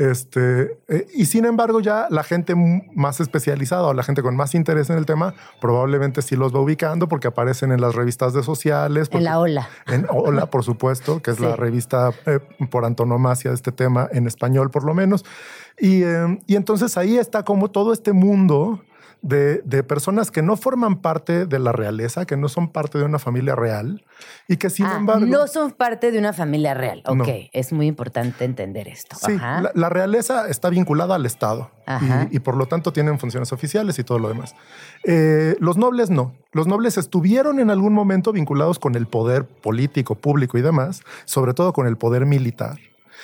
S7: Y sin embargo, ya la gente más especializada o la gente con más interés en el tema probablemente sí los va ubicando porque aparecen en las revistas de sociales.
S2: En la Ola.
S7: En Ola, por supuesto, que es la revista por antonomasia de este tema en español, por lo menos. Y entonces ahí está como todo este mundo de personas que no forman parte de la realeza, que no son parte de una familia real y que sin embargo...
S2: No son parte de una familia real. Ok,
S7: No.
S2: es muy importante entender esto.
S7: Sí,
S2: Ajá.
S7: la realeza está vinculada al Estado
S2: Ajá.
S7: y por lo tanto tienen funciones oficiales y todo lo demás. Los nobles no. Los nobles estuvieron en algún momento vinculados con el poder político, público y demás, sobre todo con el poder militar.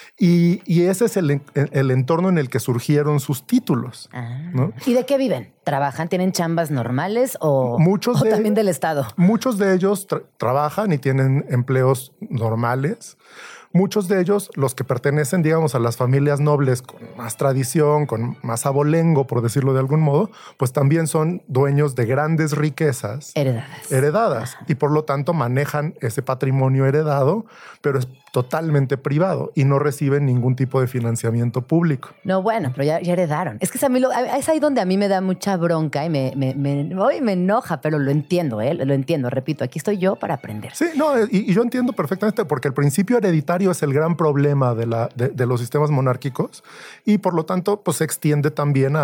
S7: Y ese es el entorno en el que surgieron sus títulos. ¿No?
S2: ¿Y de qué viven? ¿Trabajan? ¿Tienen chambas normales o también del Estado?
S7: Muchos de ellos trabajan y tienen empleos normales. Muchos de ellos, los que pertenecen, digamos, a las familias nobles con más tradición, con más abolengo, por decirlo de algún modo, pues también son dueños de grandes riquezas heredadas y por lo tanto manejan ese patrimonio heredado, pero es totalmente privado y no reciben ningún tipo de financiamiento público.
S2: No, bueno, pero ya heredaron. Es que es ahí donde a mí me da mucha bronca y me enoja, pero lo entiendo, lo entiendo. Repito, aquí estoy yo para aprender.
S7: Sí, no, y yo entiendo perfectamente porque el principio hereditario es el gran problema de los sistemas monárquicos y por lo tanto pues se extiende también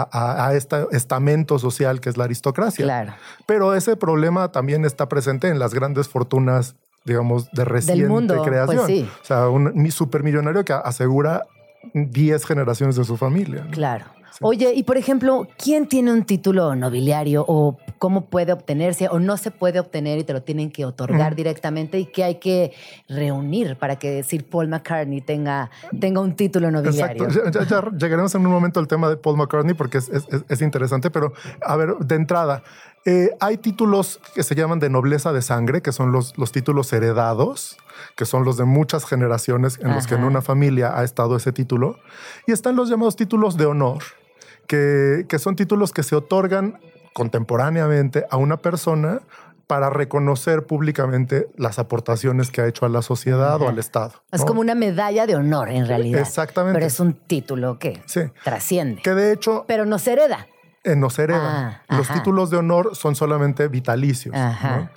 S7: a este estamento social que es la aristocracia.
S2: Claro.
S7: Pero ese problema también está presente en las grandes fortunas, digamos, de reciente
S2: del mundo,
S7: creación.
S2: Pues sí.
S7: O sea, un supermillonario que asegura 10 generaciones de su familia, ¿no?
S2: Claro.
S7: Sí.
S2: Oye, y por ejemplo, ¿quién tiene un título nobiliario o cómo puede obtenerse o no se puede obtener y te lo tienen que otorgar directamente y qué hay que reunir para que Sir Paul McCartney tenga un título nobiliario?
S7: Exacto. Ya llegaremos en un momento al tema de Paul McCartney porque es interesante, pero a ver, de entrada, hay títulos que se llaman de nobleza de sangre, que son los títulos heredados, que son los de muchas generaciones en los que en una familia ha estado ese título. Y están los llamados títulos de honor, que son títulos que se otorgan contemporáneamente a una persona para reconocer públicamente las aportaciones que ha hecho a la sociedad o al Estado, ¿no?
S2: Es como una medalla de honor, en realidad.
S7: Exactamente.
S2: Pero es un título que trasciende.
S7: Que de hecho...
S2: Pero no se hereda.
S7: No se heredan. Los títulos de honor son solamente vitalicios, ¿no?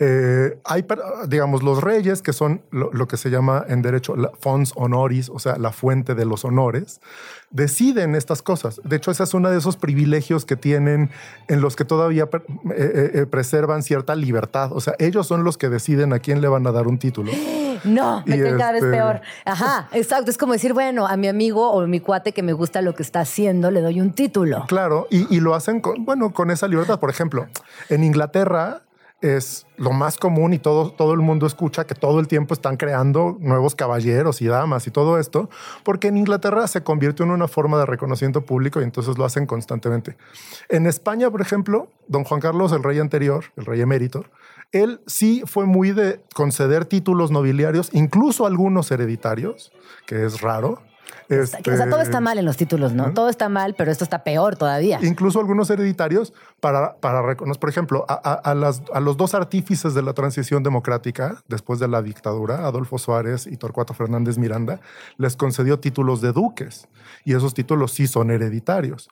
S7: Hay, digamos, los reyes, que son lo que se llama en derecho fons honoris, o sea, la fuente de los honores, deciden estas cosas. De hecho, ese es uno de esos privilegios que tienen en los que todavía preservan cierta libertad. O sea, ellos son los que deciden a quién le van a dar un título.
S2: No, me cae cada vez peor. Ajá, exacto. Es como decir, bueno, a mi amigo o mi cuate que me gusta lo que está haciendo, le doy un título.
S7: Claro, y lo hacen con esa libertad. Por ejemplo, en Inglaterra es lo más común y todo el mundo escucha que todo el tiempo están creando nuevos caballeros y damas y todo esto, porque en Inglaterra se convirtió en una forma de reconocimiento público y entonces lo hacen constantemente. En España, por ejemplo, don Juan Carlos, el rey anterior, el rey emérito, él sí fue muy de conceder títulos nobiliarios, incluso algunos hereditarios, que es raro.
S2: O sea, todo está mal en los títulos, ¿no? Todo está mal, pero esto está peor todavía.
S7: Incluso algunos hereditarios para reconocer, por ejemplo, a los dos artífices de la transición democrática después de la dictadura, Adolfo Suárez y Torcuato Fernández Miranda, les concedió títulos de duques y esos títulos sí son hereditarios.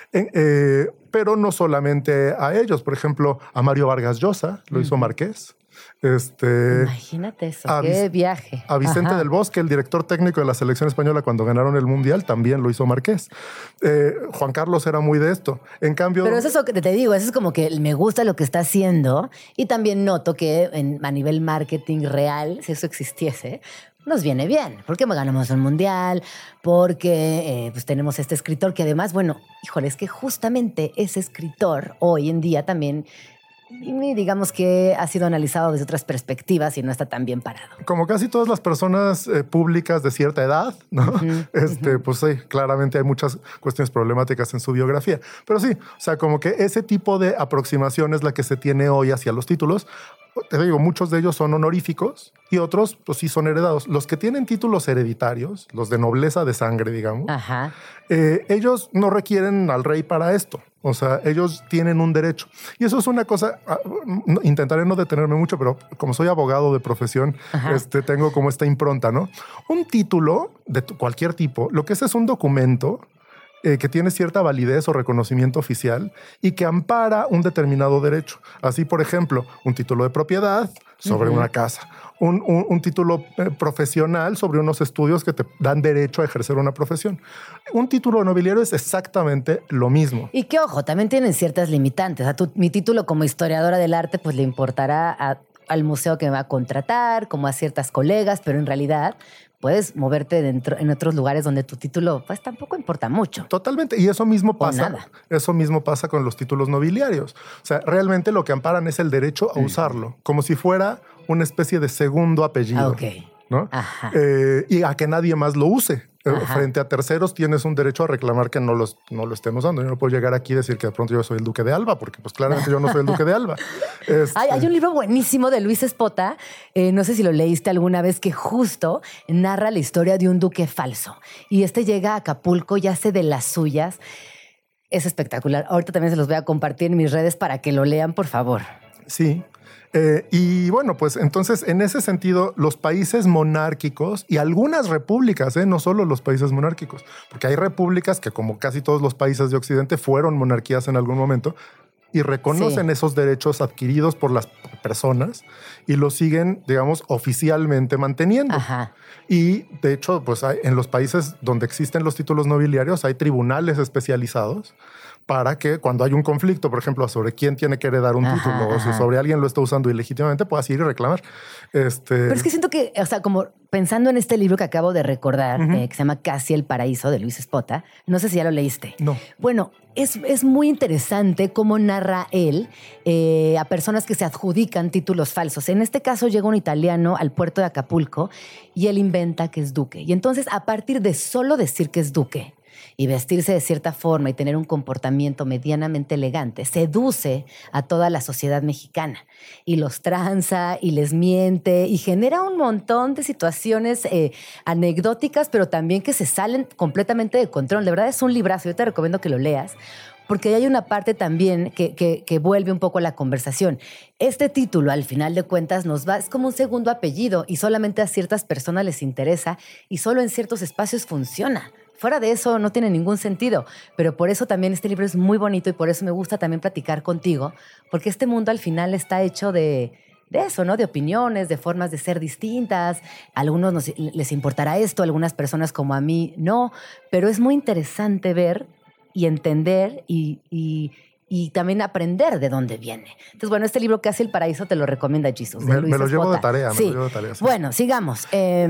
S7: Pero no solamente a ellos, por ejemplo, a Mario Vargas Llosa lo hizo marqués.
S2: Imagínate eso, qué viaje.
S7: A Vicente del Bosque, el director técnico de la selección española cuando ganaron el Mundial, también lo hizo marqués. Juan Carlos era muy de esto. En cambio...
S2: Pero eso es lo que te digo, eso es como que me gusta lo que está haciendo y también noto que a nivel marketing real, si eso existiese, nos viene bien, porque ganamos un mundial, porque pues tenemos este escritor que además, bueno, híjole, es que justamente ese escritor hoy en día también... Y digamos que ha sido analizado desde otras perspectivas y no está tan bien parado.
S7: Como casi todas las personas públicas de cierta edad, ¿no? Pues sí, claramente hay muchas cuestiones problemáticas en su biografía. Pero sí, o sea, como que ese tipo de aproximación es la que se tiene hoy hacia los títulos. Te digo, muchos de ellos son honoríficos y otros, pues sí, son heredados. Los que tienen títulos hereditarios, los de nobleza de sangre, digamos, ellos no requieren al rey para esto. O sea, ellos tienen un derecho. Y eso es una cosa, intentaré no detenerme mucho, pero como soy abogado de profesión, tengo como esta impronta, ¿no? Un título de cualquier tipo, lo que es un documento que tiene cierta validez o reconocimiento oficial y que ampara un determinado derecho. Así, por ejemplo, un título de propiedad sobre una casa, un título profesional sobre unos estudios que te dan derecho a ejercer una profesión. Un título nobiliario es exactamente lo mismo.
S2: Y que, ojo, también tienen ciertas limitantes. O sea, mi título como historiadora del arte pues le importará al museo que me va a contratar, como a ciertas colegas, pero en realidad puedes moverte en otros lugares donde tu título pues tampoco importa mucho.
S7: Totalmente. Y eso mismo pasa.
S2: Nada.
S7: Eso mismo pasa con los títulos nobiliarios. O sea, realmente lo que amparan es el derecho a usarlo, como si fuera una especie de segundo apellido.
S2: Ok.
S7: ¿No?
S2: Ajá.
S7: Y a que nadie más lo use.
S2: Ajá.
S7: Frente a terceros tienes un derecho a reclamar que no lo estén usando. Yo no puedo llegar aquí y decir que de pronto yo soy el duque de Alba, porque pues claramente yo no soy el duque de Alba.
S2: Hay un libro buenísimo de Luis Espota, no sé si lo leíste alguna vez, que justo narra la historia de un duque falso. Y llega a Acapulco y hace de las suyas. Es espectacular. Ahorita también se los voy a compartir en mis redes para que lo lean, por favor.
S7: Sí. Y bueno, pues entonces en ese sentido los países monárquicos y algunas repúblicas, no solo los países monárquicos, porque hay repúblicas que como casi todos los países de Occidente fueron monarquías en algún momento y reconocen esos derechos adquiridos por las personas y los siguen, digamos, oficialmente manteniendo.
S2: Ajá.
S7: Y de hecho, pues en los países donde existen los títulos nobiliarios hay tribunales especializados para que cuando hay un conflicto, por ejemplo, sobre quién tiene que heredar un título o si sobre alguien lo está usando ilegítimamente, puedas ir y reclamar.
S2: Pero es que siento que, o sea, como pensando en este libro que acabo de recordar, que se llama Casi el Paraíso, de Luis Espota, no sé si ya lo leíste.
S7: No.
S2: Bueno, es muy interesante cómo narra él a personas que se adjudican títulos falsos. En este caso llega un italiano al puerto de Acapulco y él inventa que es duque. Y entonces, a partir de solo decir que es duque y vestirse de cierta forma y tener un comportamiento medianamente elegante, seduce a toda la sociedad mexicana y los tranza y les miente y genera un montón de situaciones anecdóticas, pero también que se salen completamente de control. De verdad es un librazo, yo te recomiendo que lo leas, porque hay una parte también que vuelve un poco a la conversación. Este título, al final de cuentas, es como un segundo apellido y solamente a ciertas personas les interesa y solo en ciertos espacios funciona. Fuera de eso no tiene ningún sentido, pero por eso también este libro es muy bonito y por eso me gusta también platicar contigo, porque este mundo al final está hecho de eso, ¿no? De opiniones, de formas de ser distintas. A algunos les importará esto, a algunas personas como a mí no, pero es muy interesante ver y entender y también aprender de dónde viene. Entonces, bueno, este libro Casi el Paraíso te lo recomienda Jesus.
S7: Me lo llevo de tarea.
S2: Sí. Bueno, sigamos.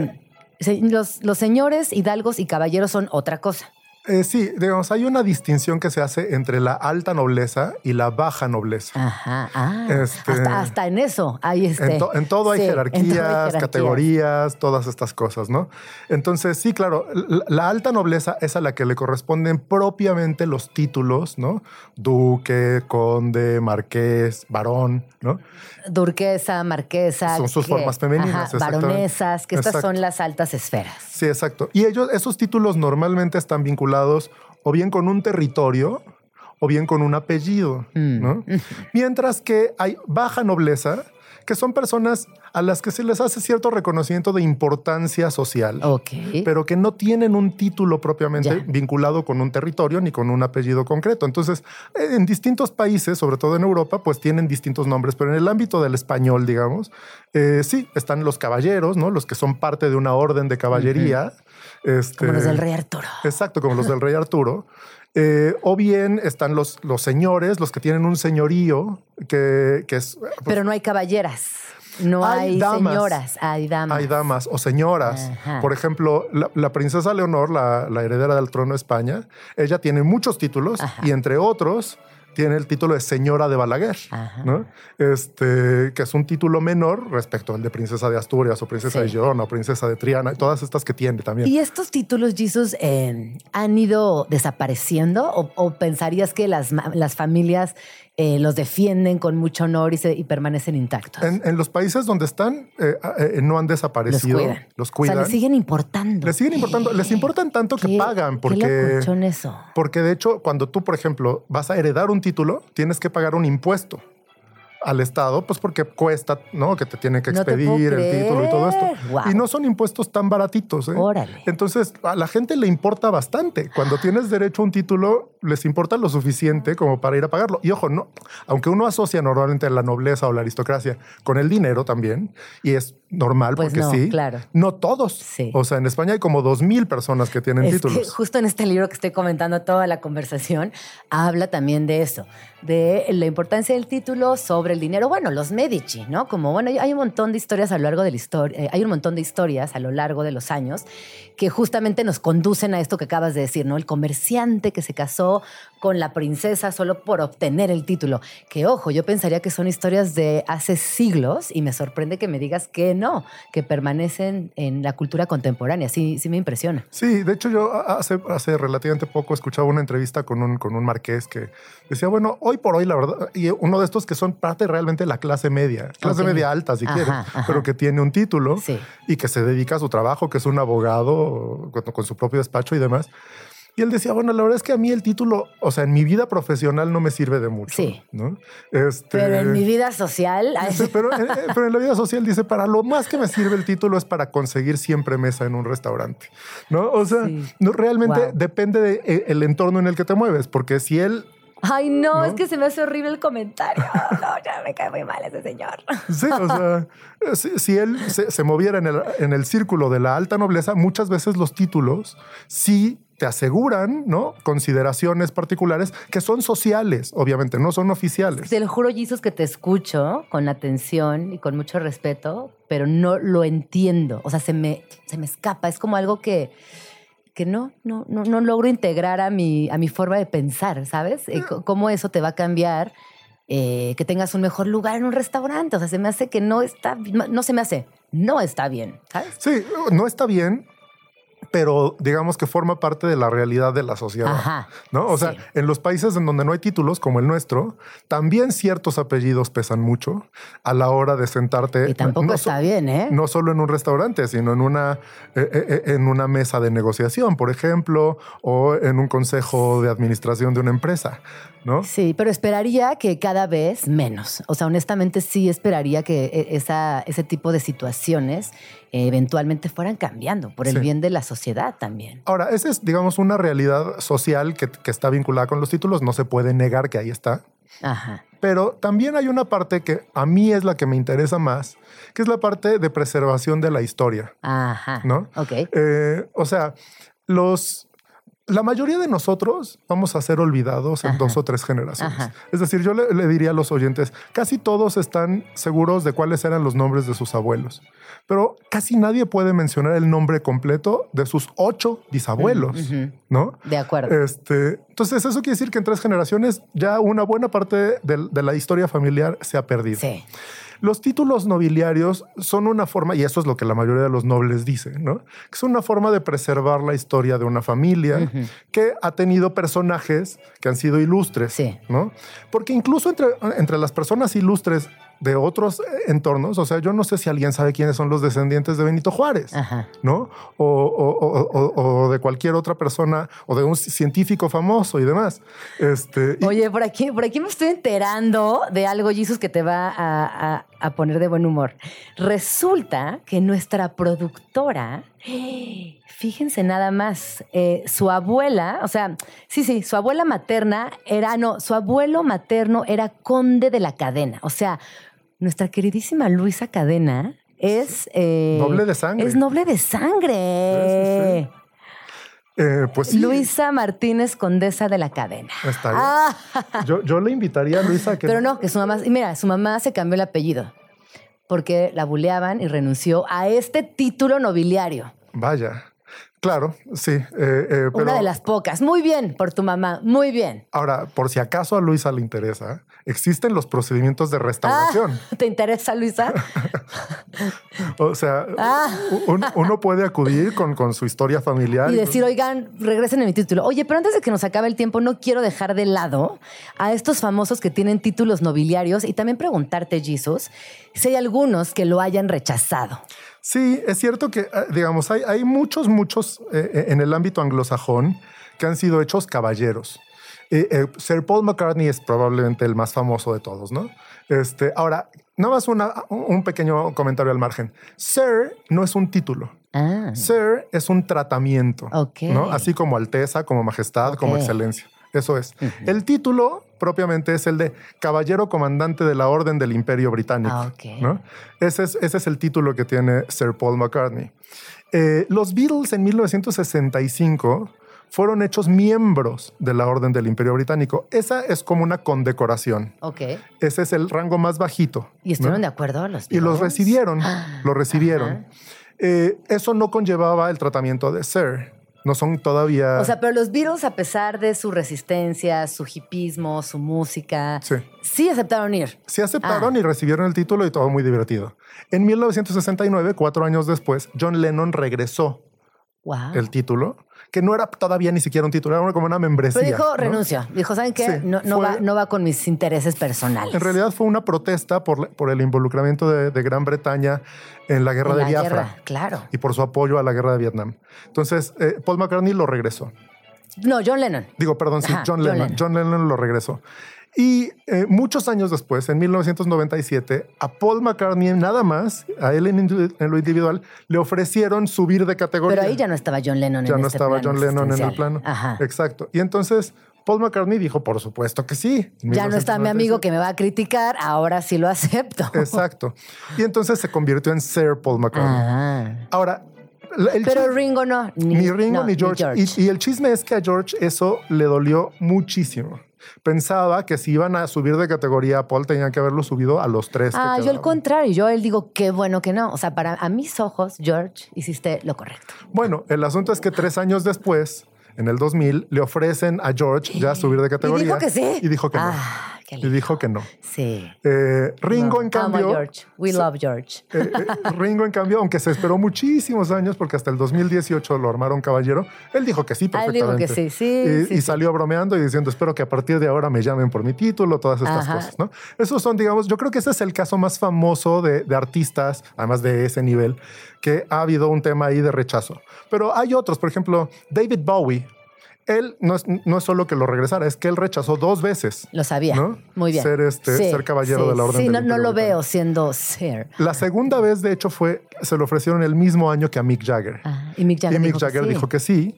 S2: Los señores, hidalgos y caballeros son otra cosa.
S7: Sí, digamos, hay una distinción que se hace entre la alta nobleza y la baja nobleza.
S2: Ajá. Hasta en eso hay
S7: En todo hay jerarquías, categorías, todas estas cosas, ¿no? Entonces, sí, claro, la alta nobleza es a la que le corresponden propiamente los títulos, ¿no? Duque, conde, marqués, barón, ¿no?
S2: Durquesa, marquesa.
S7: Son sus formas femeninas.
S2: Baronesas, que estas son las altas esferas.
S7: Sí, exacto. Y esos títulos normalmente están vinculados o bien con un territorio o bien con un apellido, ¿no? Mientras que hay baja nobleza, que son personas a las que se les hace cierto reconocimiento de importancia social, pero que no tienen un título propiamente vinculado con un territorio ni con un apellido concreto. Entonces, en distintos países, sobre todo en Europa, pues tienen distintos nombres, pero en el ámbito del español, digamos, sí, están los caballeros, ¿no? Los que son parte de una orden de caballería.
S2: Como los del rey Arturo.
S7: Exacto, como los del rey Arturo. O bien están los señores, los que tienen un señorío, que es... Pues,
S2: pero no hay caballeras. No hay damas, señoras, hay damas.
S7: Hay damas o señoras. Ajá. Por ejemplo, la princesa Leonor, la heredera del trono de España, ella tiene muchos títulos. Ajá. Y entre otros tiene el título de señora de Balaguer, ¿no? Que es un título menor respecto al de princesa de Asturias o princesa de Girona o princesa de Triana, y todas estas que tiene también.
S2: ¿Y estos títulos, Jesus, han ido desapareciendo o pensarías que las familias los defienden con mucho honor y permanecen intactos?
S7: En los países donde están no han desaparecido. Los cuidan.
S2: O sea, les siguen importando.
S7: Les importan tanto que pagan.
S2: Qué locochón eso.
S7: Porque de hecho, cuando tú, por ejemplo, vas a heredar un título, tienes que pagar un impuesto al Estado, pues porque cuesta, ¿no? Que te tiene que
S2: No te puedo
S7: expedir el
S2: creer.
S7: título y todo esto.
S2: Guau.
S7: Y no son impuestos tan baratitos, ¿eh?
S2: Órale.
S7: Entonces, a la gente le importa bastante. Cuando tienes derecho a un título, les importa lo suficiente como para ir a pagarlo. Y ojo, no, aunque uno asocia normalmente la nobleza o la aristocracia con el dinero también, y es normal
S2: Pues
S7: porque
S2: no,
S7: sí,
S2: claro.
S7: no todos.
S2: Sí.
S7: O sea, en España hay como 2,000 personas que tienen
S2: Es
S7: títulos.
S2: que justo en este libro que estoy comentando toda la conversación, habla también de eso, de la importancia del título sobre el dinero. Bueno, los Medici, ¿no? Como, bueno, hay un montón de historias a lo largo de la historia, hay un montón de historias a lo largo de los años que justamente nos conducen a esto que acabas de decir, ¿no? El comerciante que se casó con la princesa solo por obtener el título. Que, ojo, yo pensaría que son historias de hace siglos y me sorprende que me digas que no, que permanecen en la cultura contemporánea. Sí, sí me impresiona.
S7: Sí, de hecho yo hace relativamente poco escuchaba una entrevista con un marqués que decía, bueno, hoy por hoy la verdad, y uno de estos que son parte realmente de la clase media media alta si quieres, pero que tiene un título
S2: Sí.
S7: y que se dedica a su trabajo, que es un abogado con su propio despacho y demás. Y él decía, bueno, la verdad es que a mí el título, o sea, en mi vida profesional no me sirve de mucho.
S2: Sí.
S7: ¿No?
S2: Pero en mi vida social...
S7: Dice, pero en la vida social dice, para lo más que me sirve el título es para conseguir siempre mesa en un restaurante, ¿no? O sea,
S2: Sí.
S7: no, realmente
S2: Wow.
S7: depende del entorno en el que te mueves, porque si él...
S2: Ay, no,
S7: ¿No?
S2: es que se me hace horrible el comentario. No, ya me cae muy mal ese señor.
S7: Sí, o sea, si él se moviera en el círculo de la alta nobleza, muchas veces los títulos sí te aseguran, ¿no? Consideraciones particulares que son sociales, obviamente, no son oficiales.
S2: Te lo juro, Jesus, que te escucho con atención y con mucho respeto, pero no lo entiendo. O sea, se me escapa. Es como algo que no logro integrar a mi forma de pensar, ¿sabes? Cómo eso te va a cambiar que tengas un mejor lugar en un restaurante. O sea, se me hace que no está bien, ¿sabes?
S7: Sí, no está bien, pero digamos que forma parte de la realidad de la sociedad,
S2: Ajá,
S7: ¿no? O sea,
S2: sí.
S7: en los países en donde no hay títulos, como el nuestro, también ciertos apellidos pesan mucho a la hora de sentarte.
S2: Y tampoco está bien, ¿eh?
S7: No solo en un restaurante, sino en una mesa de negociación, por ejemplo, o en un consejo de administración de una empresa, ¿no?
S2: Sí, pero esperaría que cada vez menos. O sea, honestamente sí esperaría que ese tipo de situaciones eventualmente fueran cambiando por el
S7: Sí.
S2: bien de la sociedad también.
S7: Ahora, esa es, digamos, una realidad social que está vinculada con los títulos. No se puede negar que ahí está.
S2: Ajá.
S7: Pero también hay una parte que a mí es la que me interesa más, que es la parte de preservación de la historia,
S2: Ajá.
S7: ¿no?
S2: Ok.
S7: O sea, la mayoría de nosotros vamos a ser olvidados en 2 o 3 generaciones.
S2: Ajá.
S7: Es decir, yo le diría a los oyentes, casi todos están seguros de cuáles eran los nombres de sus abuelos, pero casi nadie puede mencionar el nombre completo de sus 8 bisabuelos,
S2: Ujú.
S7: ¿no?
S2: De acuerdo.
S7: Entonces, eso quiere decir que en 3 generaciones ya una buena parte de la historia familiar se ha perdido.
S2: Sí.
S7: Los títulos nobiliarios son una forma, y eso es lo que la mayoría de los nobles dicen, ¿no? Que es una forma de preservar la historia de una familia que ha tenido personajes que han sido ilustres,
S2: Sí.
S7: ¿no? Porque incluso entre las personas ilustres de otros entornos, o sea, yo no sé si alguien sabe quiénes son los descendientes de Benito Juárez,
S2: Ajá.
S7: ¿no? O de cualquier otra persona, o de un científico famoso y demás.
S2: Oye, por aquí me estoy enterando de algo, Jesus, que te va a poner de buen humor. Resulta que nuestra productora, fíjense nada más, su abuela, o sea, sí, su abuela materna su abuelo materno era conde de la Cadena. O sea, nuestra queridísima Luisa Cadena es...
S7: Noble de sangre.
S2: Es noble de sangre.
S7: Sí. Pues sí.
S2: Luisa Martínez, condesa de la Cadena.
S7: Está bien.
S2: Ah,
S7: Yo le invitaría a Luisa a que...
S2: pero no, que su mamá... Y mira, su mamá se cambió el apellido porque la buleaban y renunció a este título nobiliario.
S7: Vaya. Claro, sí. Pero
S2: Una de las pocas. Muy bien por tu mamá, muy bien.
S7: ahora, por si acaso a Luisa le interesa, existen los procedimientos de restauración.
S2: ¿Te interesa, Luisa?
S7: O sea, uno puede acudir con su historia familiar.
S2: Y decir, oigan, regresen a mi título. Oye, pero antes de que nos acabe el tiempo, no quiero dejar de lado a estos famosos que tienen títulos nobiliarios y también preguntarte, Jesus, si hay algunos que lo hayan rechazado.
S7: Sí, es cierto que, digamos, hay muchos en el ámbito anglosajón que han sido hechos caballeros. Sir Paul McCartney es probablemente el más famoso de todos, ¿no? Ahora, nada más un pequeño comentario al margen. Sir no es un título. Sir es un tratamiento, ¿no? Así como alteza, como majestad, como excelencia. Eso es. El título propiamente es el de Caballero Comandante de la Orden del Imperio Británico, ¿no? Ese es el título que tiene Sir Paul McCartney. Los Beatles en 1965 fueron hechos miembros de la Orden del Imperio Británico. Esa es como una condecoración. Ese es el rango más bajito.
S2: ¿Y estuvieron de acuerdo los Beatles?
S7: Y los recibieron. Lo recibieron. Eso no conllevaba el tratamiento de Sir. No son todavía...
S2: O sea, pero los Beatles, a pesar de su resistencia, su hipismo, su música, sí aceptaron ir.
S7: Sí aceptaron y recibieron el título y todo muy divertido. En 1969, 4 años después, John Lennon regresó el título, que no era todavía ni siquiera un título, era como una membresía.
S2: Pero dijo,
S7: ¿no?
S2: renuncio. Dijo, ¿saben qué?
S7: Sí,
S2: no va con mis intereses personales.
S7: En realidad fue una protesta por el involucramiento de Gran Bretaña en la guerra de Biafra.
S2: Claro.
S7: Y por su apoyo a la guerra de Vietnam. Entonces, Paul McCartney lo regresó.
S2: No, John Lennon.
S7: Digo, perdón, sí, John Lennon. John Lennon lo regresó. Y muchos años después, en 1997, a Paul McCartney nada más, a él en lo individual, le ofrecieron subir de categoría.
S2: Pero ahí ya no estaba John Lennon
S7: ya no estaba John Lennon en el plano. Exacto. Y entonces Paul McCartney dijo, por supuesto que sí.
S2: Ya no está mi amigo que me va a criticar, ahora sí lo acepto.
S7: Exacto. Y entonces se convirtió en Sir Paul McCartney. Ahora,
S2: pero Ringo no.
S7: Ni Ringo ni George. Y el chisme es que a George eso le dolió muchísimo. Pensaba que si iban a subir de categoría a Paul, tenían que haberlo subido a los 3.
S2: Yo al contrario. Yo él digo, qué bueno que no. O sea, a mis ojos, George, hiciste lo correcto.
S7: Bueno, el asunto es que 3 años después, en el 2000, le ofrecen a George ya subir de categoría.
S2: Y dijo que sí.
S7: Y dijo que no. Y dijo que no.
S2: Sí.
S7: Ringo, en cambio...
S2: Amo a George. We love George.
S7: Ringo, en cambio, aunque se esperó muchísimos años, porque hasta el 2018 lo armaron caballero, él dijo que sí perfectamente.
S2: Él dijo que sí,
S7: y salió bromeando y diciendo, espero que a partir de ahora me llamen por mi título, todas estas cosas, ¿no? Esos son, digamos, yo creo que ese es el caso más famoso de artistas, además de ese nivel, que ha habido un tema ahí de rechazo. Pero hay otros, por ejemplo, David Bowie. Él no es solo que lo regresara, es que él rechazó 2 veces.
S2: Lo sabía. ¿No? Muy bien.
S7: Ser caballero de la Orden del Imperio.
S2: No lo veo siendo Sir.
S7: La segunda vez, de hecho, se lo ofrecieron el mismo año que a Mick Jagger.
S2: Y Mick Jagger,
S7: dijo que sí.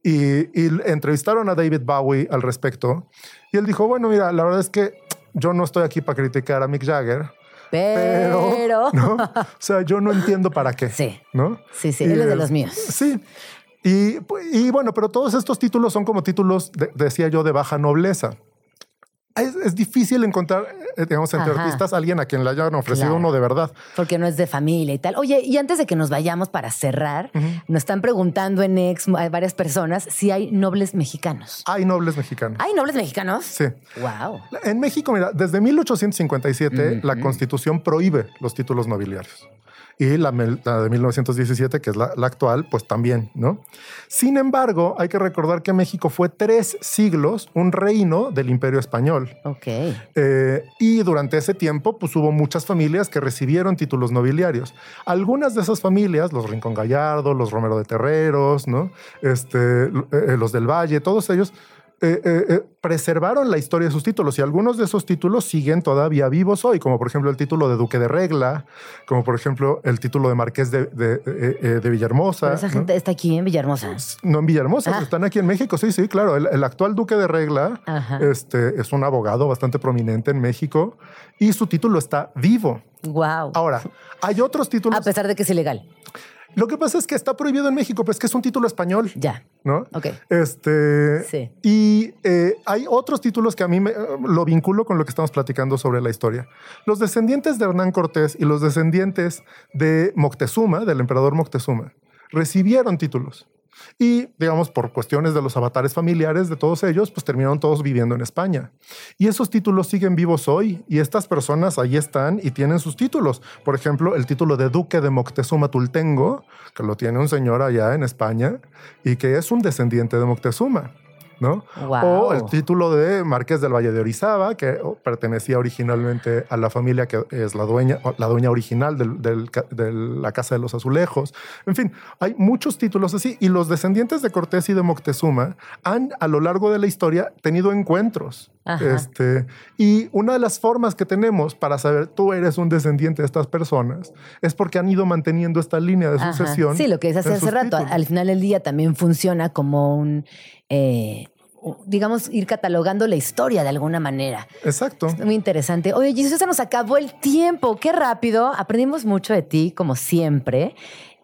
S7: Y entrevistaron a David Bowie al respecto. Y él dijo, bueno, mira, la verdad es que yo no estoy aquí para criticar a Mick Jagger. Pero ¿no? O sea, yo no entiendo para qué.
S2: Sí.
S7: ¿No?
S2: Sí, él es de los míos.
S7: Sí. Y bueno, pero todos estos títulos son como títulos, decía yo, de baja nobleza. Es difícil encontrar, digamos, entre artistas alguien a quien le hayan ofrecido uno de verdad.
S2: Porque no es de familia y tal. Oye, y antes de que nos vayamos para cerrar, nos están preguntando en X varias personas si hay nobles mexicanos.
S7: Hay nobles mexicanos.
S2: ¿Hay nobles mexicanos?
S7: Sí.
S2: Wow.
S7: En México, mira, desde 1857 la Constitución prohíbe los títulos nobiliarios. Y la de 1917, que es la actual, pues también, ¿no? Sin embargo, hay que recordar que México fue 3 siglos un reino del Imperio Español. Y durante ese tiempo, pues hubo muchas familias que recibieron títulos nobiliarios. Algunas de esas familias, los Rincón Gallardo, los Romero de Terreros, ¿no? Los del Valle, todos ellos preservaron la historia de sus títulos y algunos de esos títulos siguen todavía vivos hoy, como por ejemplo el título de Duque de Regla, como por ejemplo el título de Marqués de Villahermosa.
S2: Pero esa gente está aquí en Villahermosa.
S7: No en Villahermosa, están aquí en México, sí, claro. El actual Duque de Regla es un abogado bastante prominente en México y su título está vivo.
S2: Wow.
S7: Ahora, hay otros títulos...
S2: A pesar de que es ilegal.
S7: Lo que pasa es que está prohibido en México, pues que es un título español.
S2: Ya.
S7: ¿No?
S2: Ok.
S7: Sí. Y hay otros títulos que a mí lo vinculo con lo que estamos platicando sobre la historia. Los descendientes de Hernán Cortés y los descendientes de Moctezuma, del emperador Moctezuma, recibieron títulos. Y, digamos, por cuestiones de los avatares familiares de todos ellos, pues terminaron todos viviendo en España. Y esos títulos siguen vivos hoy. Y estas personas ahí están y tienen sus títulos. Por ejemplo, el título de Duque de Moctezuma Tultengo, que lo tiene un señor allá en España y que es un descendiente de Moctezuma, ¿no?
S2: Wow.
S7: O el título de Marqués del Valle de Orizaba, que pertenecía originalmente a la familia que es la dueña original de la Casa de los Azulejos. En fin, hay muchos títulos así, y los descendientes de Cortés y de Moctezuma han, a lo largo de la historia, tenido encuentros. Y una de las formas que tenemos para saber tú eres un descendiente de estas personas es porque han ido manteniendo esta línea de sucesión.
S2: Sí, lo que decías hace rato. Al final del día también funciona como un, digamos, ir catalogando la historia de alguna manera.
S7: Exacto.
S2: Es muy interesante. Oye, Jesús, se nos acabó el tiempo. Qué rápido. Aprendimos mucho de ti, como siempre.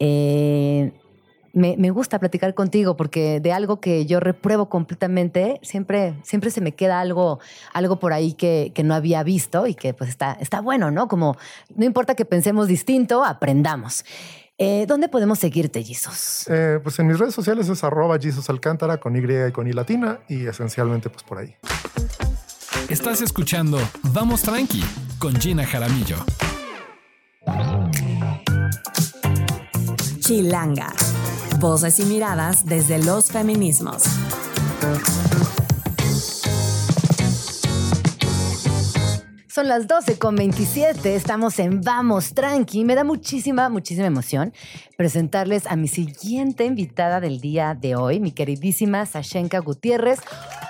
S2: Me gusta platicar contigo porque de algo que yo repruebo completamente, siempre se me queda algo por ahí que no había visto y que pues está bueno, ¿no? Como no importa que pensemos distinto, aprendamos. ¿Dónde podemos seguirte, Jesús?
S7: Pues en mis redes sociales es @JesusAlcántara con Y y con I latina, y esencialmente pues por ahí.
S3: Estás escuchando Vamos Tranqui con Gina Jaramillo.
S1: Chilanga. Voces y miradas desde los feminismos.
S2: Son las 12:27, estamos en Vamos Tranqui. Me da muchísima emoción presentarles a mi siguiente invitada del día de hoy, mi queridísima Sashenka Gutiérrez.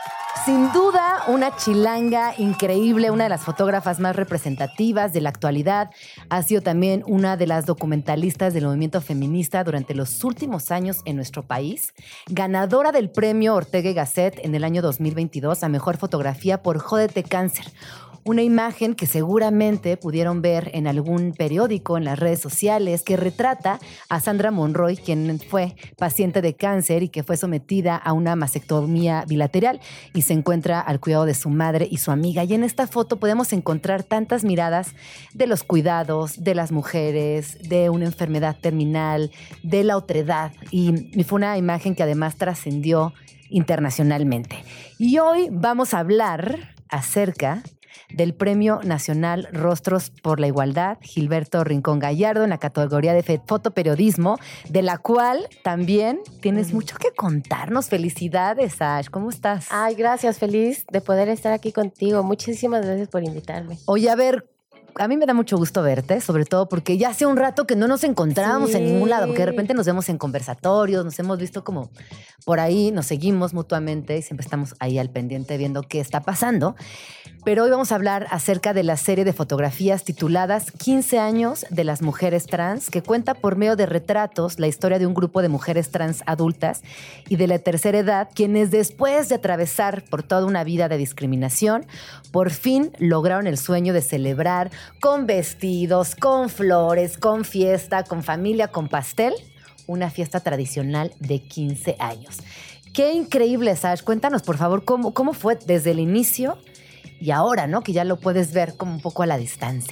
S2: Sin duda, una chilanga increíble, una de las fotógrafas más representativas de la actualidad. Ha sido también una de las documentalistas del movimiento feminista durante los últimos años en nuestro país. Ganadora del premio Ortega y Gasset en el año 2022 a Mejor Fotografía por Jódete Cáncer. Una imagen que seguramente pudieron ver en algún periódico, en las redes sociales, que retrata a Sandra Monroy, quien fue paciente de cáncer y que fue sometida a una mastectomía bilateral y se encuentra al cuidado de su madre y su amiga. Y en esta foto podemos encontrar tantas miradas de los cuidados, de las mujeres, de una enfermedad terminal, de la otredad. Y fue una imagen que además trascendió internacionalmente. Y hoy vamos a hablar acerca del Premio Nacional Rostros por la Igualdad, Gilberto Rincón Gallardo, en la categoría de fotoperiodismo, de la cual también tienes mucho que contarnos. Felicidades, Ash. ¿Cómo estás?
S5: Ay, gracias. Feliz de poder estar aquí contigo. Muchísimas gracias por invitarme.
S2: Oye, a ver, a mí me da mucho gusto verte, sobre todo porque ya hace un rato que no nos encontrábamos en ningún lado, porque de repente nos vemos en conversatorios, nos hemos visto como por ahí, nos seguimos mutuamente y siempre estamos ahí al pendiente viendo qué está pasando. Pero hoy vamos a hablar acerca de la serie de fotografías tituladas 15 años de las mujeres trans, que cuenta por medio de retratos la historia de un grupo de mujeres trans adultas y de la tercera edad, quienes después de atravesar por toda una vida de discriminación, por fin lograron el sueño de celebrar con vestidos, con flores, con fiesta, con familia, con pastel, una fiesta tradicional de 15 años. Qué increíble, Sash. Cuéntanos, por favor, cómo fue desde el inicio y ahora, ¿no? Que ya lo puedes ver como un poco a la distancia.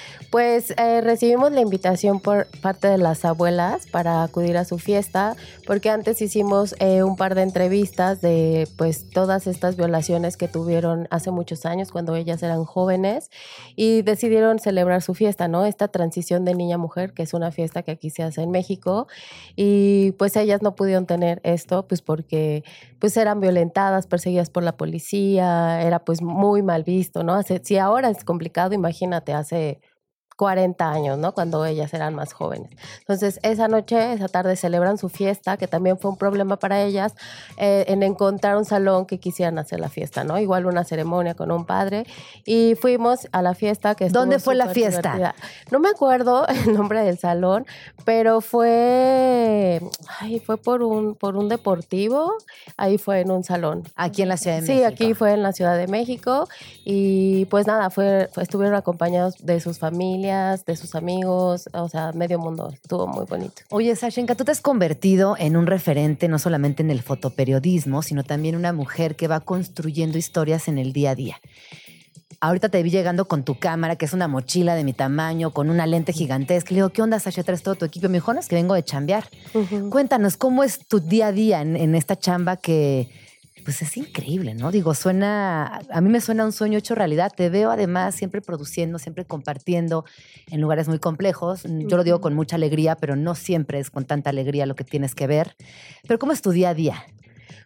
S5: Pues recibimos la invitación por parte de las abuelas para acudir a su fiesta, porque antes hicimos un par de entrevistas de pues todas estas violaciones que tuvieron hace muchos años cuando ellas eran jóvenes y decidieron celebrar su fiesta, ¿no? Esta transición de niña a mujer, que es una fiesta que aquí se hace en México, y pues ellas no pudieron tener esto pues porque pues eran violentadas, perseguidas por la policía, era pues muy mal visto, ¿no? Si ahora es complicado, imagínate, hace 40 años, ¿no? Cuando ellas eran más jóvenes. Entonces, esa tarde celebran su fiesta, que también fue un problema para ellas, en encontrar un salón que quisieran hacer la fiesta, ¿no? Igual una ceremonia con un padre. Y fuimos a la fiesta que
S2: ¿Dónde fue la fiesta?
S5: Divertida. No me acuerdo el nombre del salón, pero fue por un deportivo. Ahí fue en un salón.
S2: Aquí en la Ciudad de México.
S5: Sí, aquí fue en la Ciudad de México. Y pues nada, estuvieron acompañados de sus familias, de sus amigos, o sea, medio mundo. Estuvo muy bonito.
S2: Oye, Sashenka, tú te has convertido en un referente no solamente en el fotoperiodismo, sino también una mujer que va construyendo historias en el día a día. Ahorita te vi llegando con tu cámara, que es una mochila de mi tamaño, con una lente gigantesca. Le digo, ¿qué onda, Sasha? ¿Traes todo tu equipo? Me dijo, no, es que vengo de chambear. Uh-huh. Cuéntanos, ¿cómo es tu día a día en esta chamba que pues es increíble, ¿no? Digo, a mí me suena un sueño hecho realidad. Te veo además siempre produciendo, siempre compartiendo en lugares muy complejos. Yo lo digo con mucha alegría, pero no siempre es con tanta alegría lo que tienes que ver. Pero ¿cómo es tu día a día?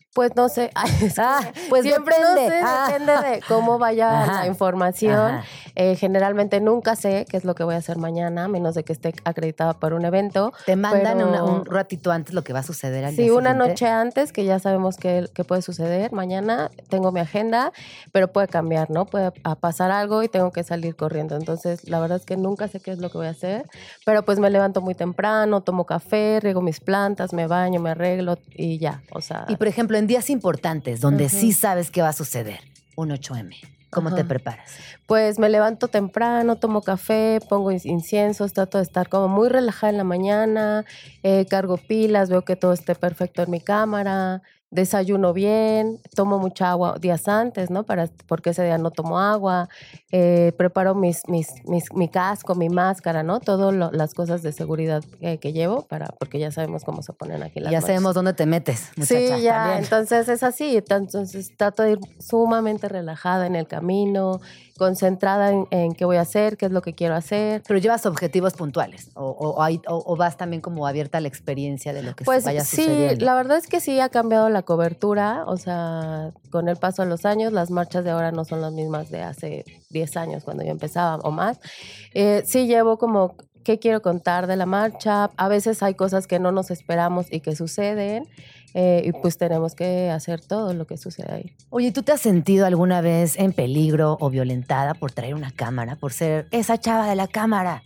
S8: Pues no sé,
S2: pues
S8: siempre
S2: depende.
S8: no sé, depende de cómo vaya la información. Generalmente nunca sé qué es lo que voy a hacer mañana, a menos de que esté acreditada para un evento.
S2: Te mandan un ratito antes lo que va a suceder al día
S8: Sí, una
S2: siguiente.
S8: noche antes, que ya sabemos qué puede suceder. Mañana tengo mi agenda, pero puede cambiar, ¿no? Puede pasar algo y tengo que salir corriendo. Entonces, la verdad es que nunca sé qué es lo que voy a hacer, pero pues me levanto muy temprano, tomo café, riego mis plantas, me baño, me arreglo y ya, o sea...
S2: Y, por ejemplo, en días importantes, donde sí sabes qué va a suceder, un 8M, ¿cómo te preparas?
S8: Pues me levanto temprano, tomo café, pongo inciensos, trato de estar como muy relajada en la mañana, cargo pilas, veo que todo esté perfecto en mi cámara, desayuno bien, tomo mucha agua días antes, ¿no? Porque ese día no tomo agua, preparo mi casco, mi máscara, ¿no? Todas las cosas de seguridad que llevo, porque ya sabemos cómo se ponen aquí las
S2: Ya
S8: marchas.
S2: sabemos dónde te metes, muchacha.
S8: Sí, ya,
S2: también.
S8: entonces es así. Entonces trato de ir sumamente relajada en el camino, concentrada en qué voy a hacer, qué es lo que quiero hacer.
S2: Pero llevas objetivos puntuales o vas también como abierta a la experiencia de lo que
S8: Pues
S2: vaya
S8: sí,
S2: sucediendo.
S8: la verdad es que sí ha cambiado la cobertura, o sea, con el paso de los años, las marchas de ahora no son las mismas de hace 10 años cuando yo empezaba o más. Sí llevo como qué quiero contar de la marcha, a veces hay cosas que no nos esperamos y que suceden. Y pues tenemos que hacer todo lo que sucede ahí.
S2: Oye, ¿tú te has sentido alguna vez en peligro o violentada por traer una cámara, por ser esa chava de la cámara?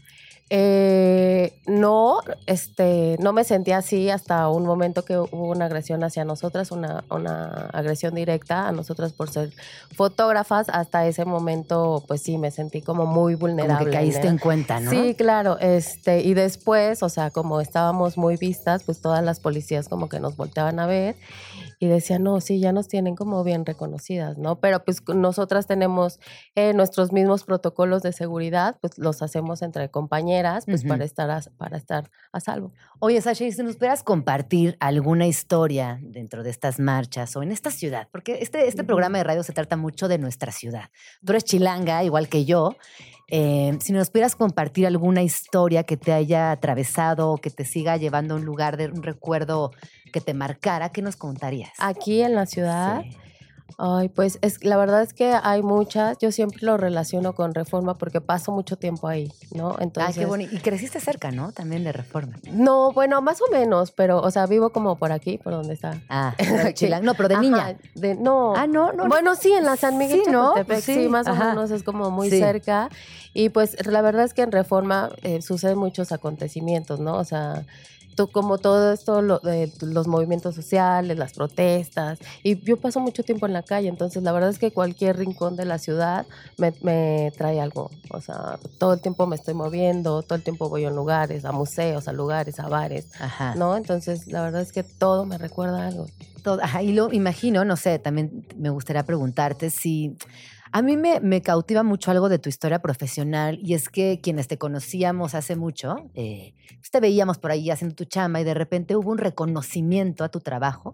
S8: No, no me sentí así hasta un momento que hubo una agresión hacia nosotras, una agresión directa a nosotras por ser fotógrafas. Hasta ese momento, pues sí, me sentí como muy vulnerable.
S2: Como que caíste en cuenta, ¿no?
S8: Sí, claro. Y después, o sea, como estábamos muy vistas, pues todas las policías como que nos volteaban a ver y decían, no, sí, ya nos tienen como bien reconocidas, ¿no? Pero pues nosotras tenemos nuestros mismos protocolos de seguridad, pues los hacemos entre compañeras, pues para estar a salvo.
S2: Oye, Sasha, ¿y si nos pudieras compartir alguna historia dentro de estas marchas o en esta ciudad? Porque este programa de radio se trata mucho de nuestra ciudad. Tú eres chilanga, igual que yo. Si nos pudieras compartir alguna historia que te haya atravesado o que te siga llevando a un lugar de un recuerdo que te marcara, ¿qué nos contarías?
S8: Aquí en la ciudad,
S2: Sí.
S8: ay, pues la verdad es que hay muchas. Yo siempre lo relaciono con Reforma porque paso mucho tiempo ahí, ¿no? Entonces,
S2: Ay, qué bonito. Y creciste cerca, ¿no? También de Reforma.
S8: no, bueno, más o menos, pero, o sea, vivo como por aquí, por donde está.
S2: Ah, chilanga. No, pero de niña.
S8: No.
S2: Ah, no.
S8: Bueno, sí, en la San Miguel
S2: Sí, ¿no?
S8: Chapultepec, sí, más o menos es como muy cerca. Y pues la verdad es que en Reforma suceden muchos acontecimientos, ¿no? O sea, como todo esto, los movimientos sociales, las protestas. Y yo paso mucho tiempo en la calle, entonces la verdad es que cualquier rincón de la ciudad me trae algo. O sea, todo el tiempo me estoy moviendo, todo el tiempo voy a lugares, a museos, a lugares, a bares, ¿no? Entonces la verdad es que todo me recuerda algo.
S2: Y lo imagino, no sé, también me gustaría preguntarte si... A mí me cautiva mucho algo de tu historia profesional y es que quienes te conocíamos hace mucho, pues te veíamos por ahí haciendo tu chamba y de repente hubo un reconocimiento a tu trabajo.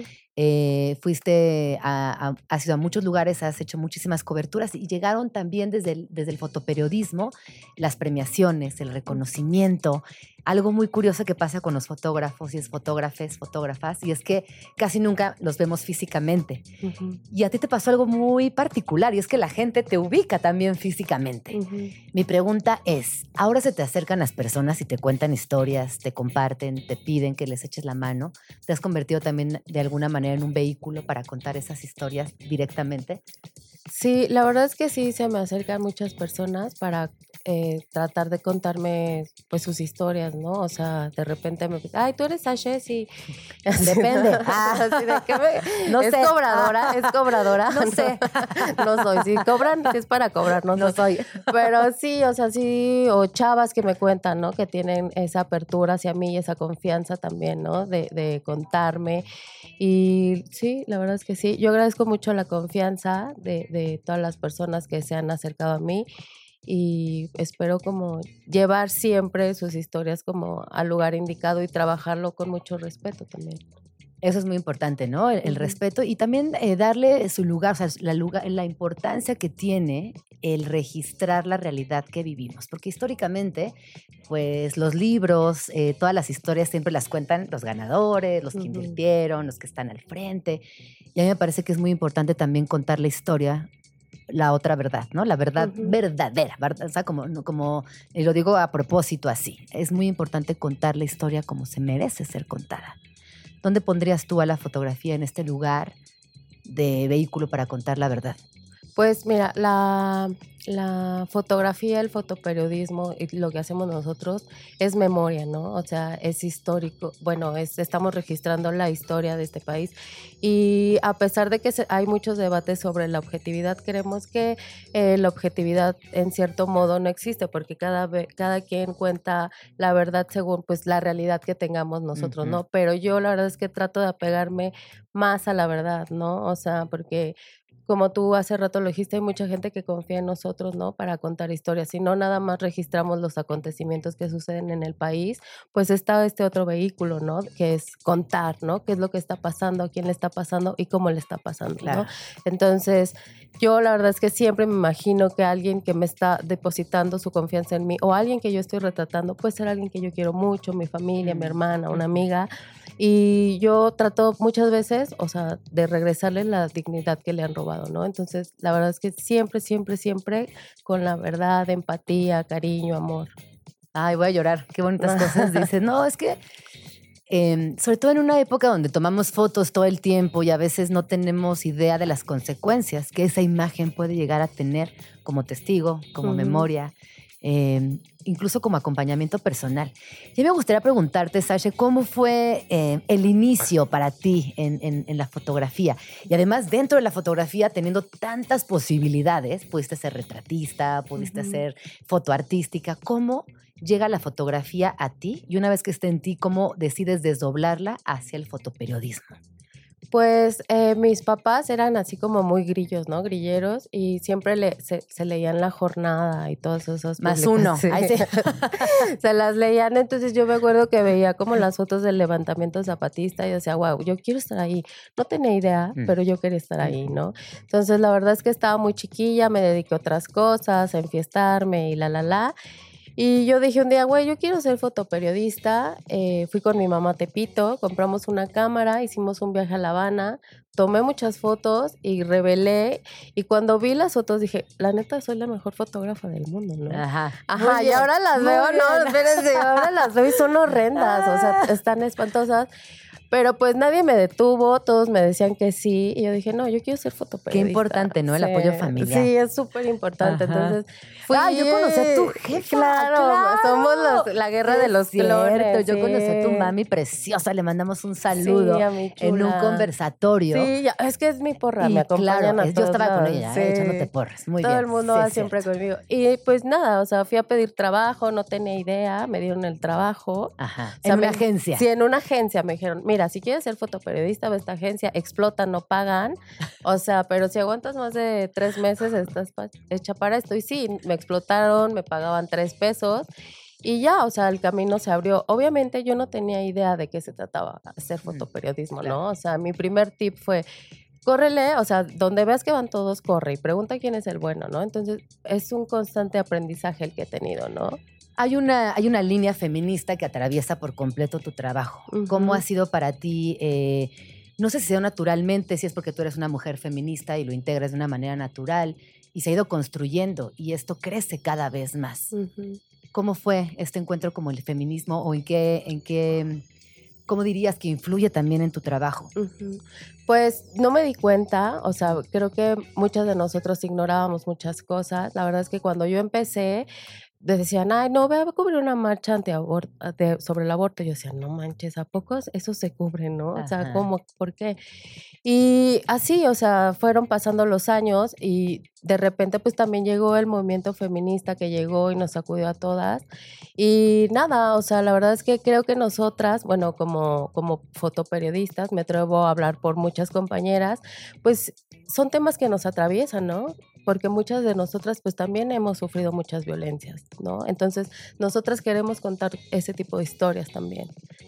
S2: Fuiste has ido a muchos lugares, has hecho muchísimas coberturas y llegaron también desde el fotoperiodismo las premiaciones, el reconocimiento. Algo muy curioso que pasa con los fotógrafos y fotógrafas, y es que casi nunca los vemos físicamente. Y a ti te pasó algo muy particular, y es que la gente te ubica también físicamente. Mi pregunta es, ahora se te acercan las personas y te cuentan historias, te comparten, te piden que les eches la mano. ¿Te has convertido también de alguna manera en un vehículo para contar esas historias directamente?
S8: Sí, la verdad es que sí, se me acercan muchas personas para tratar de contarme pues sus historias, ¿no? O sea, de repente me dicen, ay, ¿tú eres Sasha? Sí.
S2: Depende.
S8: Así de que
S2: no
S8: ¿Es
S2: sé.
S8: cobradora? ¿Es cobradora?
S2: No sé.
S8: No soy. Si cobran, es para cobrar, no soy. Pero sí, o sea, sí, o chavas que me cuentan, ¿no? Que tienen esa apertura hacia mí y esa confianza también, ¿no? De contarme. Y sí, la verdad es que sí. Yo agradezco mucho la confianza de todas las personas que se han acercado a mí y espero como llevar siempre sus historias como al lugar indicado y trabajarlo con mucho respeto también.
S2: Eso es muy importante, ¿no? El respeto y también darle su lugar, o sea, la importancia que tiene el registrar la realidad que vivimos? Porque históricamente, pues los libros, todas las historias siempre las cuentan los ganadores, los que invirtieron, los que están al frente. Y a mí me parece que es muy importante también contar la historia, la otra verdad, ¿no? La verdad verdadera, ¿verdad? O sea, como y lo digo a propósito así. Es muy importante contar la historia como se merece ser contada. ¿Dónde pondrías tú a la fotografía en este lugar de vehículo para contar la verdad?
S8: Pues mira, la fotografía, el fotoperiodismo y lo que hacemos nosotros es memoria, ¿no? O sea, es histórico. Bueno, estamos registrando la historia de este país y a pesar de que hay muchos debates sobre la objetividad, creemos que la objetividad en cierto modo no existe porque cada quien cuenta la verdad según pues la realidad que tengamos nosotros, ¿no? Pero yo la verdad es que trato de apegarme más a la verdad, ¿no? O sea, porque como tú hace rato lo dijiste, hay mucha gente que confía en nosotros, ¿no? Para contar historias. Si no nada más registramos los acontecimientos que suceden en el país, pues está este otro vehículo, ¿no? Que es contar, ¿no? Qué es lo que está pasando, a quién le está pasando y cómo le está pasando,
S2: Claro.
S8: ¿no? Entonces, yo la verdad es que siempre me imagino que alguien que me está depositando su confianza en mí o alguien que yo estoy retratando puede ser alguien que yo quiero mucho, mi familia, mi hermana, una amiga. Y yo trato muchas veces, o sea, de regresarle la dignidad que le han robado, ¿no? Entonces, la verdad es que siempre, siempre, siempre con la verdad, empatía, cariño, amor.
S2: Ay, voy a llorar. Qué bonitas cosas dices. No, es que sobre todo en una época donde tomamos fotos todo el tiempo y a veces no tenemos idea de las consecuencias que esa imagen puede llegar a tener como testigo, como memoria, incluso como acompañamiento personal. Y me gustaría preguntarte, Sasha, ¿cómo fue el inicio para ti en la fotografía? Y además, dentro de la fotografía, teniendo tantas posibilidades, pudiste ser retratista, pudiste ser fotoartística, ¿cómo llega la fotografía a ti? Y una vez que esté en ti, ¿cómo decides desdoblarla hacia el fotoperiodismo?
S8: Pues mis papás eran así como muy grillos, ¿no? Grilleros y siempre se leían La Jornada y todas esas
S2: Más uno.
S8: Ay, sí. Se las leían, entonces yo me acuerdo que veía como las fotos del levantamiento zapatista y decía, wow, yo quiero estar ahí. No tenía idea, pero yo quería estar ahí, ¿no? Entonces la verdad es que estaba muy chiquilla, me dediqué a otras cosas, a enfiestarme y la. Y yo dije un día, güey, yo quiero ser fotoperiodista. Fui con mi mamá a Tepito, compramos una cámara, hicimos un viaje a La Habana, tomé muchas fotos y revelé. Y cuando vi las fotos dije, la neta, soy la mejor fotógrafa del mundo, ¿no?
S2: Ajá.
S8: Y ahora las veo, no, espérense, ahora las veo y son horrendas, o sea, están espantosas. Pero pues nadie me detuvo, todos me decían que sí. Y yo dije, no, yo quiero ser fotoperiodista.
S2: Qué importante, ¿no? El apoyo familiar.
S8: Sí, es súper importante. Entonces,
S2: yo conocí a tu jefa.
S8: Claro. Somos la guerra de los clones.
S2: Yo conocí a tu mami preciosa. Le mandamos un saludo
S8: a mi chula.
S2: en un conversatorio.
S8: Sí, es que es mi porra.
S2: Y
S8: me acompañan a
S2: yo estaba con ella,
S8: sí.
S2: Echándote porras. Muy
S8: Todo
S2: bien.
S8: el mundo va siempre conmigo. Y pues nada, o sea, fui a pedir trabajo, no tenía idea, me dieron el trabajo.
S2: Ajá.
S8: O sea,
S2: en una agencia.
S8: Sí, en una agencia me dijeron, mira, si quieres ser fotoperiodista de esta agencia, explota, no pagan. O sea, pero si aguantas más de 3 meses, estás hecha para esto. Y sí, me explotaron, me pagaban $3 y ya, o sea, el camino se abrió. Obviamente yo no tenía idea de qué se trataba hacer fotoperiodismo,
S2: claro.
S8: ¿no? O sea, mi primer tip fue, córrele, o sea, donde veas que van todos, corre y pregunta quién es el bueno, ¿no? Entonces, es un constante aprendizaje el que he tenido, ¿no?
S2: Hay una línea feminista que atraviesa por completo tu trabajo. ¿Cómo ha sido para ti? No sé si sea naturalmente, si es porque tú eres una mujer feminista y lo integras de una manera natural y se ha ido construyendo y esto crece cada vez más. ¿Cómo fue este encuentro como el feminismo o en qué, cómo dirías que influye también en tu trabajo?
S8: Pues no me di cuenta, o sea, creo que muchas de nosotros ignorábamos muchas cosas. La verdad es que cuando yo empecé, decían, ay, no, voy a cubrir una marcha sobre el aborto. Yo decía, no manches, ¿a poco eso se cubre, no? O sea, ¿cómo? ¿Por qué? Y así, o sea, fueron pasando los años y de repente pues también llegó el movimiento feminista que llegó y nos sacudió a todas. Y nada, o sea, la verdad es que creo que nosotras, bueno, como fotoperiodistas, me atrevo a hablar por muchas compañeras, pues son temas que nos atraviesan, ¿no? Porque muchas de nosotras pues también hemos sufrido muchas violencias, ¿no? Entonces, nosotras queremos contar ese tipo de historias también.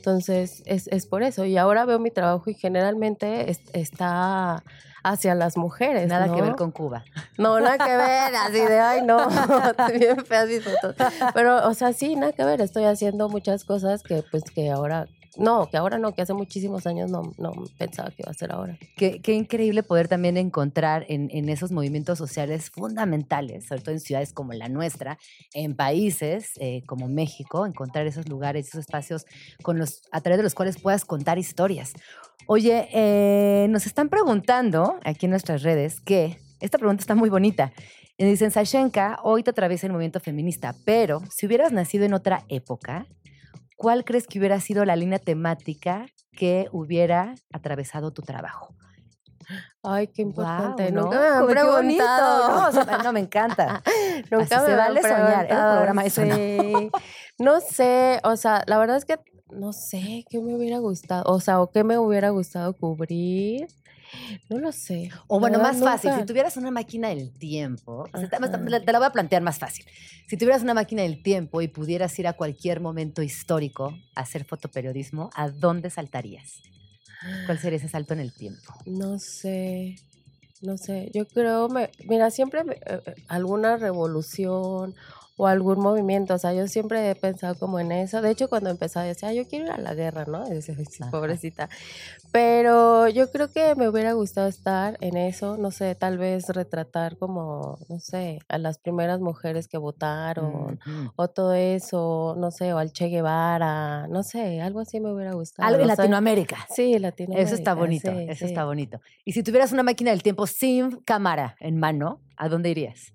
S8: Entonces, es por eso. Y ahora veo mi trabajo y generalmente está hacia las mujeres.
S2: Nada
S8: ¿no?
S2: que ver con Cuba.
S8: No, nada que ver, así de, ay, no, bien feas mis fotos. Pero, o sea, sí, nada que ver. Estoy haciendo muchas cosas que ahora... No, que hace muchísimos años no pensaba que iba a ser ahora.
S2: Qué increíble poder también encontrar en esos movimientos sociales fundamentales, sobre todo en ciudades como la nuestra, en países como México, encontrar esos lugares, esos espacios a través de los cuales puedas contar historias. Oye, nos están preguntando aquí en nuestras redes que, esta pregunta está muy bonita, y dicen, Sashenka, hoy te atraviesa el movimiento feminista, pero si hubieras nacido en otra época, ¿cuál crees que hubiera sido la línea temática que hubiera atravesado tu trabajo?
S8: Ay, qué importante.
S2: Wow,
S8: Nunca me han preguntado.
S2: ¿no? O sea, no, me encanta.
S8: Nunca
S2: Así
S8: me
S2: se vale soñar. Es un programa de
S8: sí.
S2: ¿no?
S8: No sé, o sea, la verdad es que no sé qué me hubiera gustado, o sea, o qué me hubiera gustado cubrir. No lo sé.
S2: O bueno, más fácil,
S8: nunca.
S2: si tuvieras una máquina del tiempo, o sea, te la voy a plantear más fácil. Si tuvieras una máquina del tiempo y pudieras ir a cualquier momento histórico a hacer fotoperiodismo, ¿a dónde saltarías? ¿Cuál sería ese salto en el tiempo?
S8: No sé, yo creo, mira, siempre alguna revolución o algún movimiento, o sea, yo siempre he pensado como en eso. De hecho, cuando empezaba, decía, yo quiero ir a la guerra, ¿no? Y decía, "Ay, sí, pobrecita". Pero yo creo que me hubiera gustado estar en eso, no sé, tal vez retratar como, no sé, a las primeras mujeres que votaron o todo eso, no sé, o al Che Guevara, no sé, algo así me hubiera gustado.
S2: Algo en
S8: o sea,
S2: Latinoamérica.
S8: Sí, Latinoamérica.
S2: Eso está bonito,
S8: sí,
S2: eso
S8: sí.
S2: está bonito. Y si tuvieras una máquina del tiempo sin cámara en mano, ¿a dónde irías?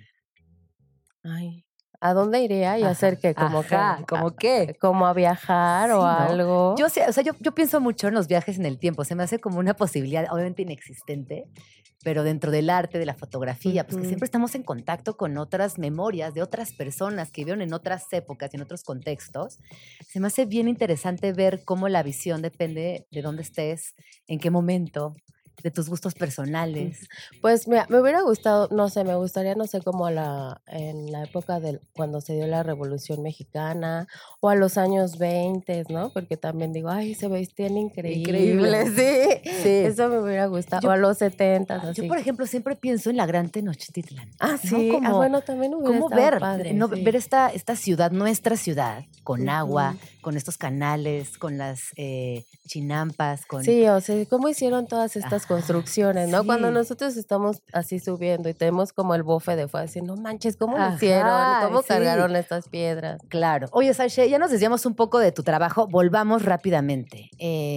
S8: Ay, ¿a dónde iría y hacer qué? Como
S2: ¿Cómo qué?
S8: como a viajar o
S2: Sí, ¿no?
S8: algo.
S2: Yo pienso mucho en los viajes en el tiempo. Se me hace como una posibilidad, obviamente inexistente, pero dentro del arte, de la fotografía, pues que siempre estamos en contacto con otras memorias de otras personas que vivieron en otras épocas y en otros contextos. Se me hace bien interesante ver cómo la visión depende de dónde estés, en qué momento, de tus gustos personales.
S8: Pues mira, me hubiera gustado, no sé, me gustaría, no sé, como en la época cuando se dio la Revolución Mexicana o a los años 20, ¿no? Porque también digo, ay, se vestían increíbles, sí. Eso me hubiera gustado. O a los 70, así.
S2: Yo, por ejemplo, siempre pienso en la Gran Tenochtitlan.
S8: Ah,
S2: ¿no?
S8: sí.
S2: Como,
S8: bueno, también hubiera
S2: ¿cómo
S8: estado
S2: ver?
S8: padre, sí.
S2: Ver esta ciudad, nuestra ciudad, con agua, con estos canales, con las chinampas, con...
S8: Sí, o sea, ¿cómo hicieron todas estas construcciones, no?
S2: sí.
S8: Cuando nosotros estamos así subiendo y tenemos como el bofe de fuera, así, no manches, ¿cómo lo hicieron? ¿Cómo cargaron estas piedras?
S2: Claro. Oye, Sashe, ya nos desviamos un poco de tu trabajo, volvamos rápidamente.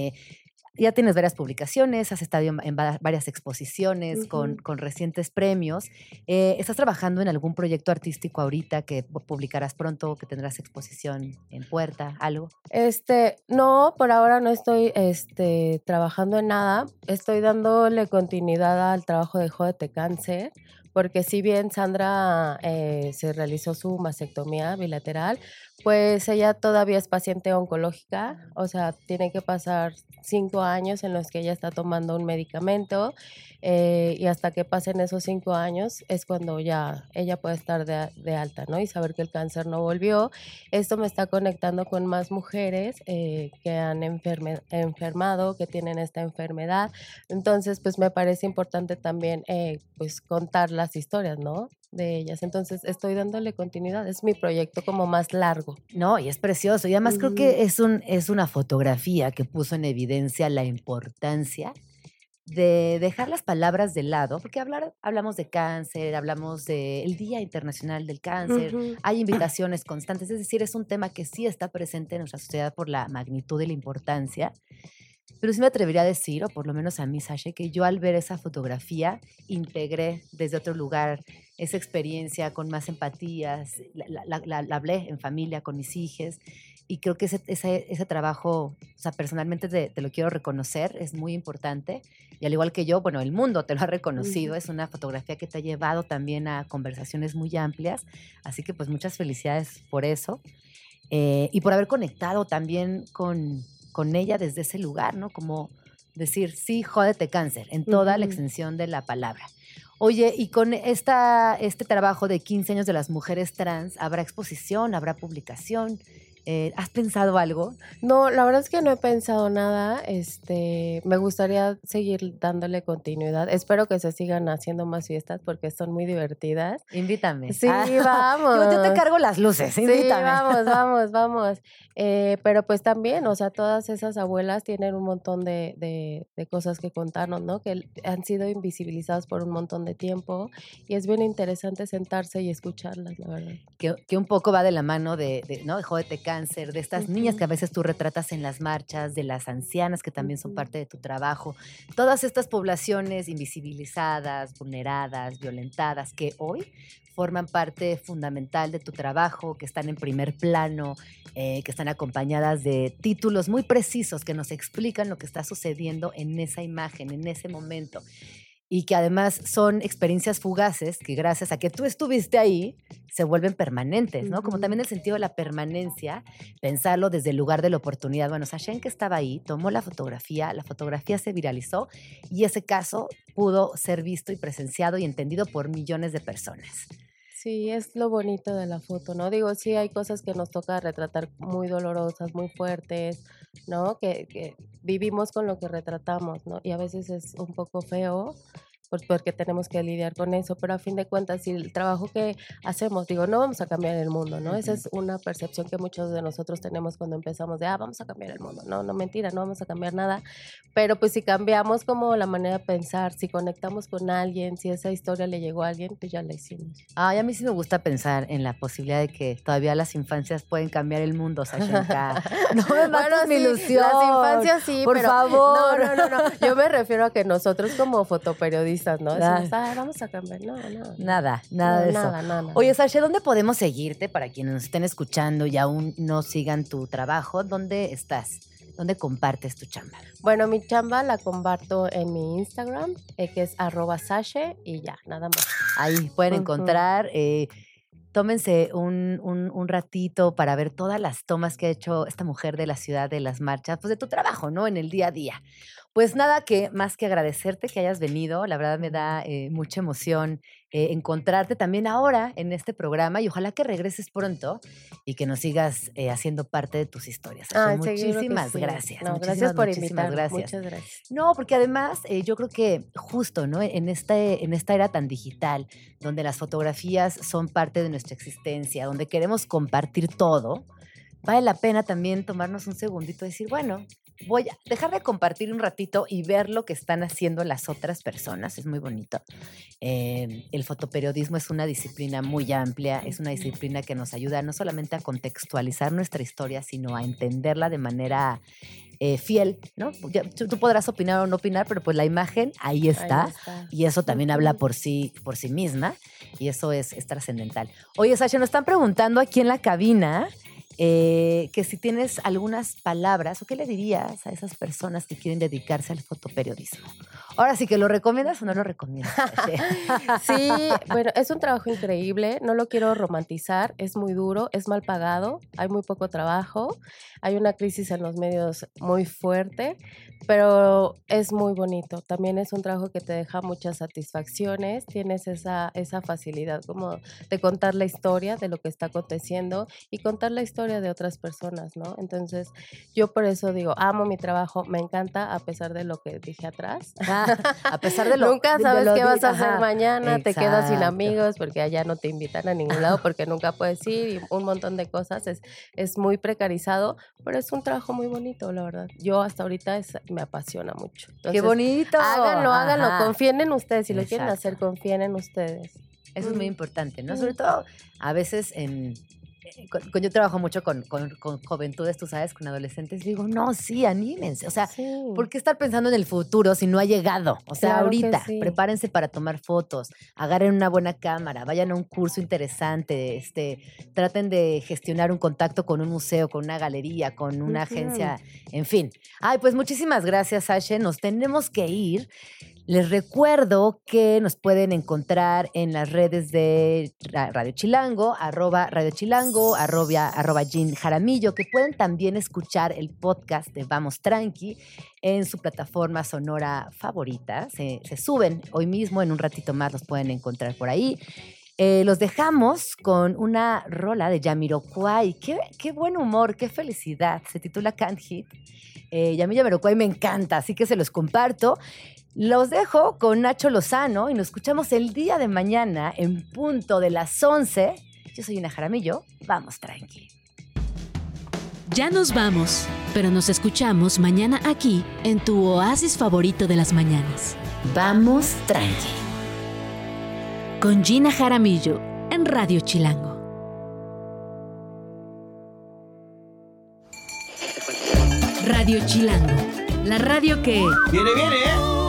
S2: Ya tienes varias publicaciones, has estado en varias exposiciones con recientes premios. ¿Estás trabajando en algún proyecto artístico ahorita que publicarás pronto, que tendrás exposición en puerta, algo?
S8: No, por ahora no estoy trabajando en nada. Estoy dándole continuidad al trabajo de Jódete Cáncer, porque si bien Sandra se realizó su mastectomía bilateral, pues ella todavía es paciente oncológica, o sea, tiene que pasar 5 años en los que ella está tomando un medicamento y hasta que pasen esos 5 años es cuando ya ella puede estar de alta, ¿no? Y saber que el cáncer no volvió. Esto me está conectando con más mujeres que han enfermado, que tienen esta enfermedad. Entonces, pues me parece importante también pues contar las historias, ¿no? De ellas. Entonces, estoy dándole continuidad. Es mi proyecto como más largo.
S2: No, y es precioso. Y además creo que es una fotografía que puso en evidencia la importancia de dejar las palabras de lado, porque hablamos de cáncer, hablamos del Día Internacional del Cáncer, hay invitaciones constantes, es decir, es un tema que sí está presente en nuestra sociedad por la magnitud y la importancia. Pero sí me atrevería a decir, o por lo menos a mí, Sasha, que yo al ver esa fotografía integré desde otro lugar esa experiencia con más empatías, la hablé en familia con mis hijos y creo que ese trabajo, o sea, personalmente te lo quiero reconocer, es muy importante y al igual que yo, bueno, el mundo te lo ha reconocido, es una fotografía que te ha llevado también a conversaciones muy amplias, así que pues muchas felicidades por eso y por haber conectado también con ella desde ese lugar, ¿no? Como decir, sí, jódete cáncer, en toda la extensión de la palabra. Oye, y con este trabajo de 15 años de las mujeres trans, ¿habrá exposición, habrá publicación? ¿Has pensado algo?
S8: No, la verdad es que no he pensado nada. Me gustaría seguir dándole continuidad. Espero que se sigan haciendo más fiestas porque son muy divertidas.
S2: Invítame.
S8: Sí, vamos.
S2: Yo te cargo las luces, invítame.
S8: Sí, vamos. Pero pues también, o sea, todas esas abuelas tienen un montón de cosas que contarnos, ¿no? Que han sido invisibilizadas por un montón de tiempo y es bien interesante sentarse y escucharlas, la verdad.
S2: Que un poco va de la mano ¿no? de Jódete Cáncer, de estas niñas que a veces tú retratas en las marchas, de las ancianas que también son parte de tu trabajo. Todas estas poblaciones invisibilizadas, vulneradas, violentadas, que hoy forman parte fundamental de tu trabajo, que están en primer plano, que están acompañadas de títulos muy precisos que nos explican lo que está sucediendo en esa imagen, en ese momento. Y que además son experiencias fugaces que gracias a que tú estuviste ahí, se vuelven permanentes, ¿no? Como también el sentido de la permanencia, pensarlo desde el lugar de la oportunidad. Bueno, Sashen, que estaba ahí, tomó la fotografía se viralizó y ese caso pudo ser visto y presenciado y entendido por millones de personas.
S8: Sí, es lo bonito de la foto, ¿no? Digo, sí hay cosas que nos toca retratar muy dolorosas, muy fuertes, ¿no? Que vivimos con lo que retratamos, ¿no? Y a veces es un poco feo, pues porque tenemos que lidiar con eso, pero a fin de cuentas, si el trabajo que hacemos, digo, no vamos a cambiar el mundo, ¿no? Esa es una percepción que muchos de nosotros tenemos cuando empezamos de, vamos a cambiar el mundo. No, mentira, no vamos a cambiar nada, pero pues si cambiamos como la manera de pensar, si conectamos con alguien, si esa historia le llegó a alguien, pues ya la hicimos.
S2: Ay, a mí sí me gusta pensar en la posibilidad de que todavía las infancias pueden cambiar el mundo, Sashenka. No me mates mi ilusión.
S8: Las infancias sí,
S2: por favor.
S8: No. Yo me refiero a que nosotros como fotoperiodistas, ¿no? Decimos, vamos a cambiar. No.
S2: Nada de eso.
S8: Nada.
S2: Oye, Sasha, ¿dónde podemos seguirte para quienes nos estén escuchando y aún no sigan tu trabajo? ¿Dónde estás? ¿Dónde compartes tu chamba?
S8: Bueno, mi chamba la comparto en mi Instagram, que es @Sashe y ya, nada más.
S2: Ahí pueden encontrar... Tómense un ratito para ver todas las tomas que ha hecho esta mujer de la ciudad, de las marchas, pues de tu trabajo, ¿no? En el día a día. Pues nada más que agradecerte que hayas venido. La verdad me da mucha emoción encontrarte también ahora en este programa y ojalá que regreses pronto y que nos sigas haciendo parte de tus historias. Muchísimas gracias.
S8: No, gracias por invitarme.
S2: Gracias.
S8: Muchas gracias.
S2: No, porque además yo creo que justo, ¿no? En esta era tan digital, donde las fotografías son parte de nuestra existencia, donde queremos compartir todo, vale la pena también tomarnos un segundito y decir, bueno, voy a dejar de compartir un ratito y ver lo que están haciendo las otras personas. Es muy bonito. El fotoperiodismo es una disciplina muy amplia, es una disciplina que nos ayuda no solamente a contextualizar nuestra historia, sino a entenderla de manera fiel, ¿no? Tú podrás opinar o no opinar, pero pues la imagen ahí está. Y eso también habla por sí misma y eso es trascendental. Oye, Sasha, nos están preguntando aquí en la cabina que si tienes algunas palabras o qué le dirías a esas personas que quieren dedicarse al fotoperiodismo. Ahora sí que ¿lo recomiendas o no lo recomiendas?
S8: Sí, bueno, es un trabajo increíble, no lo quiero romantizar, es muy duro, es mal pagado, hay muy poco trabajo, hay una crisis en los medios muy fuerte, pero es muy bonito. También es un trabajo que te deja muchas satisfacciones, tienes esa facilidad como de contar la historia de lo que está aconteciendo y contar la historia de otras personas, ¿no? Entonces, yo por eso digo, amo mi trabajo, me encanta a pesar de lo que dije atrás.
S2: A pesar de lo
S8: nunca sabes qué vas a hacer mañana,
S2: Exacto.
S8: Te quedas sin amigos porque allá no te invitan a ningún lado porque nunca puedes ir y un montón de cosas. Es muy precarizado, pero es un trabajo muy bonito, la verdad. Yo hasta ahorita me apasiona mucho. Entonces,
S2: ¡qué bonito!
S8: Háganlo, confíen en ustedes. Si lo quieren
S2: Exacto.
S8: hacer, confíen en ustedes.
S2: Eso es muy importante, ¿no? Sobre todo a veces yo trabajo mucho con juventudes, tú sabes, con adolescentes, digo, no, sí, anímense. O sea, ¿por qué estar pensando en el futuro si no ha llegado? O sea,
S8: Claro
S2: ahorita,
S8: que sí.
S2: prepárense para tomar fotos, agarren una buena cámara, vayan a un curso interesante, traten de gestionar un contacto con un museo, con una galería, con una agencia, en fin. Ay, pues muchísimas gracias, Sasha. Nos tenemos que ir. Les recuerdo que nos pueden encontrar en las redes de Radio Chilango, @Radio Chilango, @Jean Jaramillo, que pueden también escuchar el podcast de Vamos Tranqui en su plataforma sonora favorita. Se suben hoy mismo, en un ratito más los pueden encontrar por ahí. Los dejamos con una rola de Jamiroquai. Qué buen humor, qué felicidad. Se titula Can't Hit. Y a mí Jamiroquai me encanta, así que se los comparto. Los dejo con Nacho Lozano y nos escuchamos el día de mañana en punto de las 11. Yo soy Gina Jaramillo. Vamos tranqui.
S9: Ya nos vamos, pero nos escuchamos mañana aquí en tu oasis favorito de las mañanas.
S2: Vamos tranqui.
S9: Con Gina Jaramillo en Radio Chilango. Radio Chilango, la radio que...
S6: ¡Viene, viene!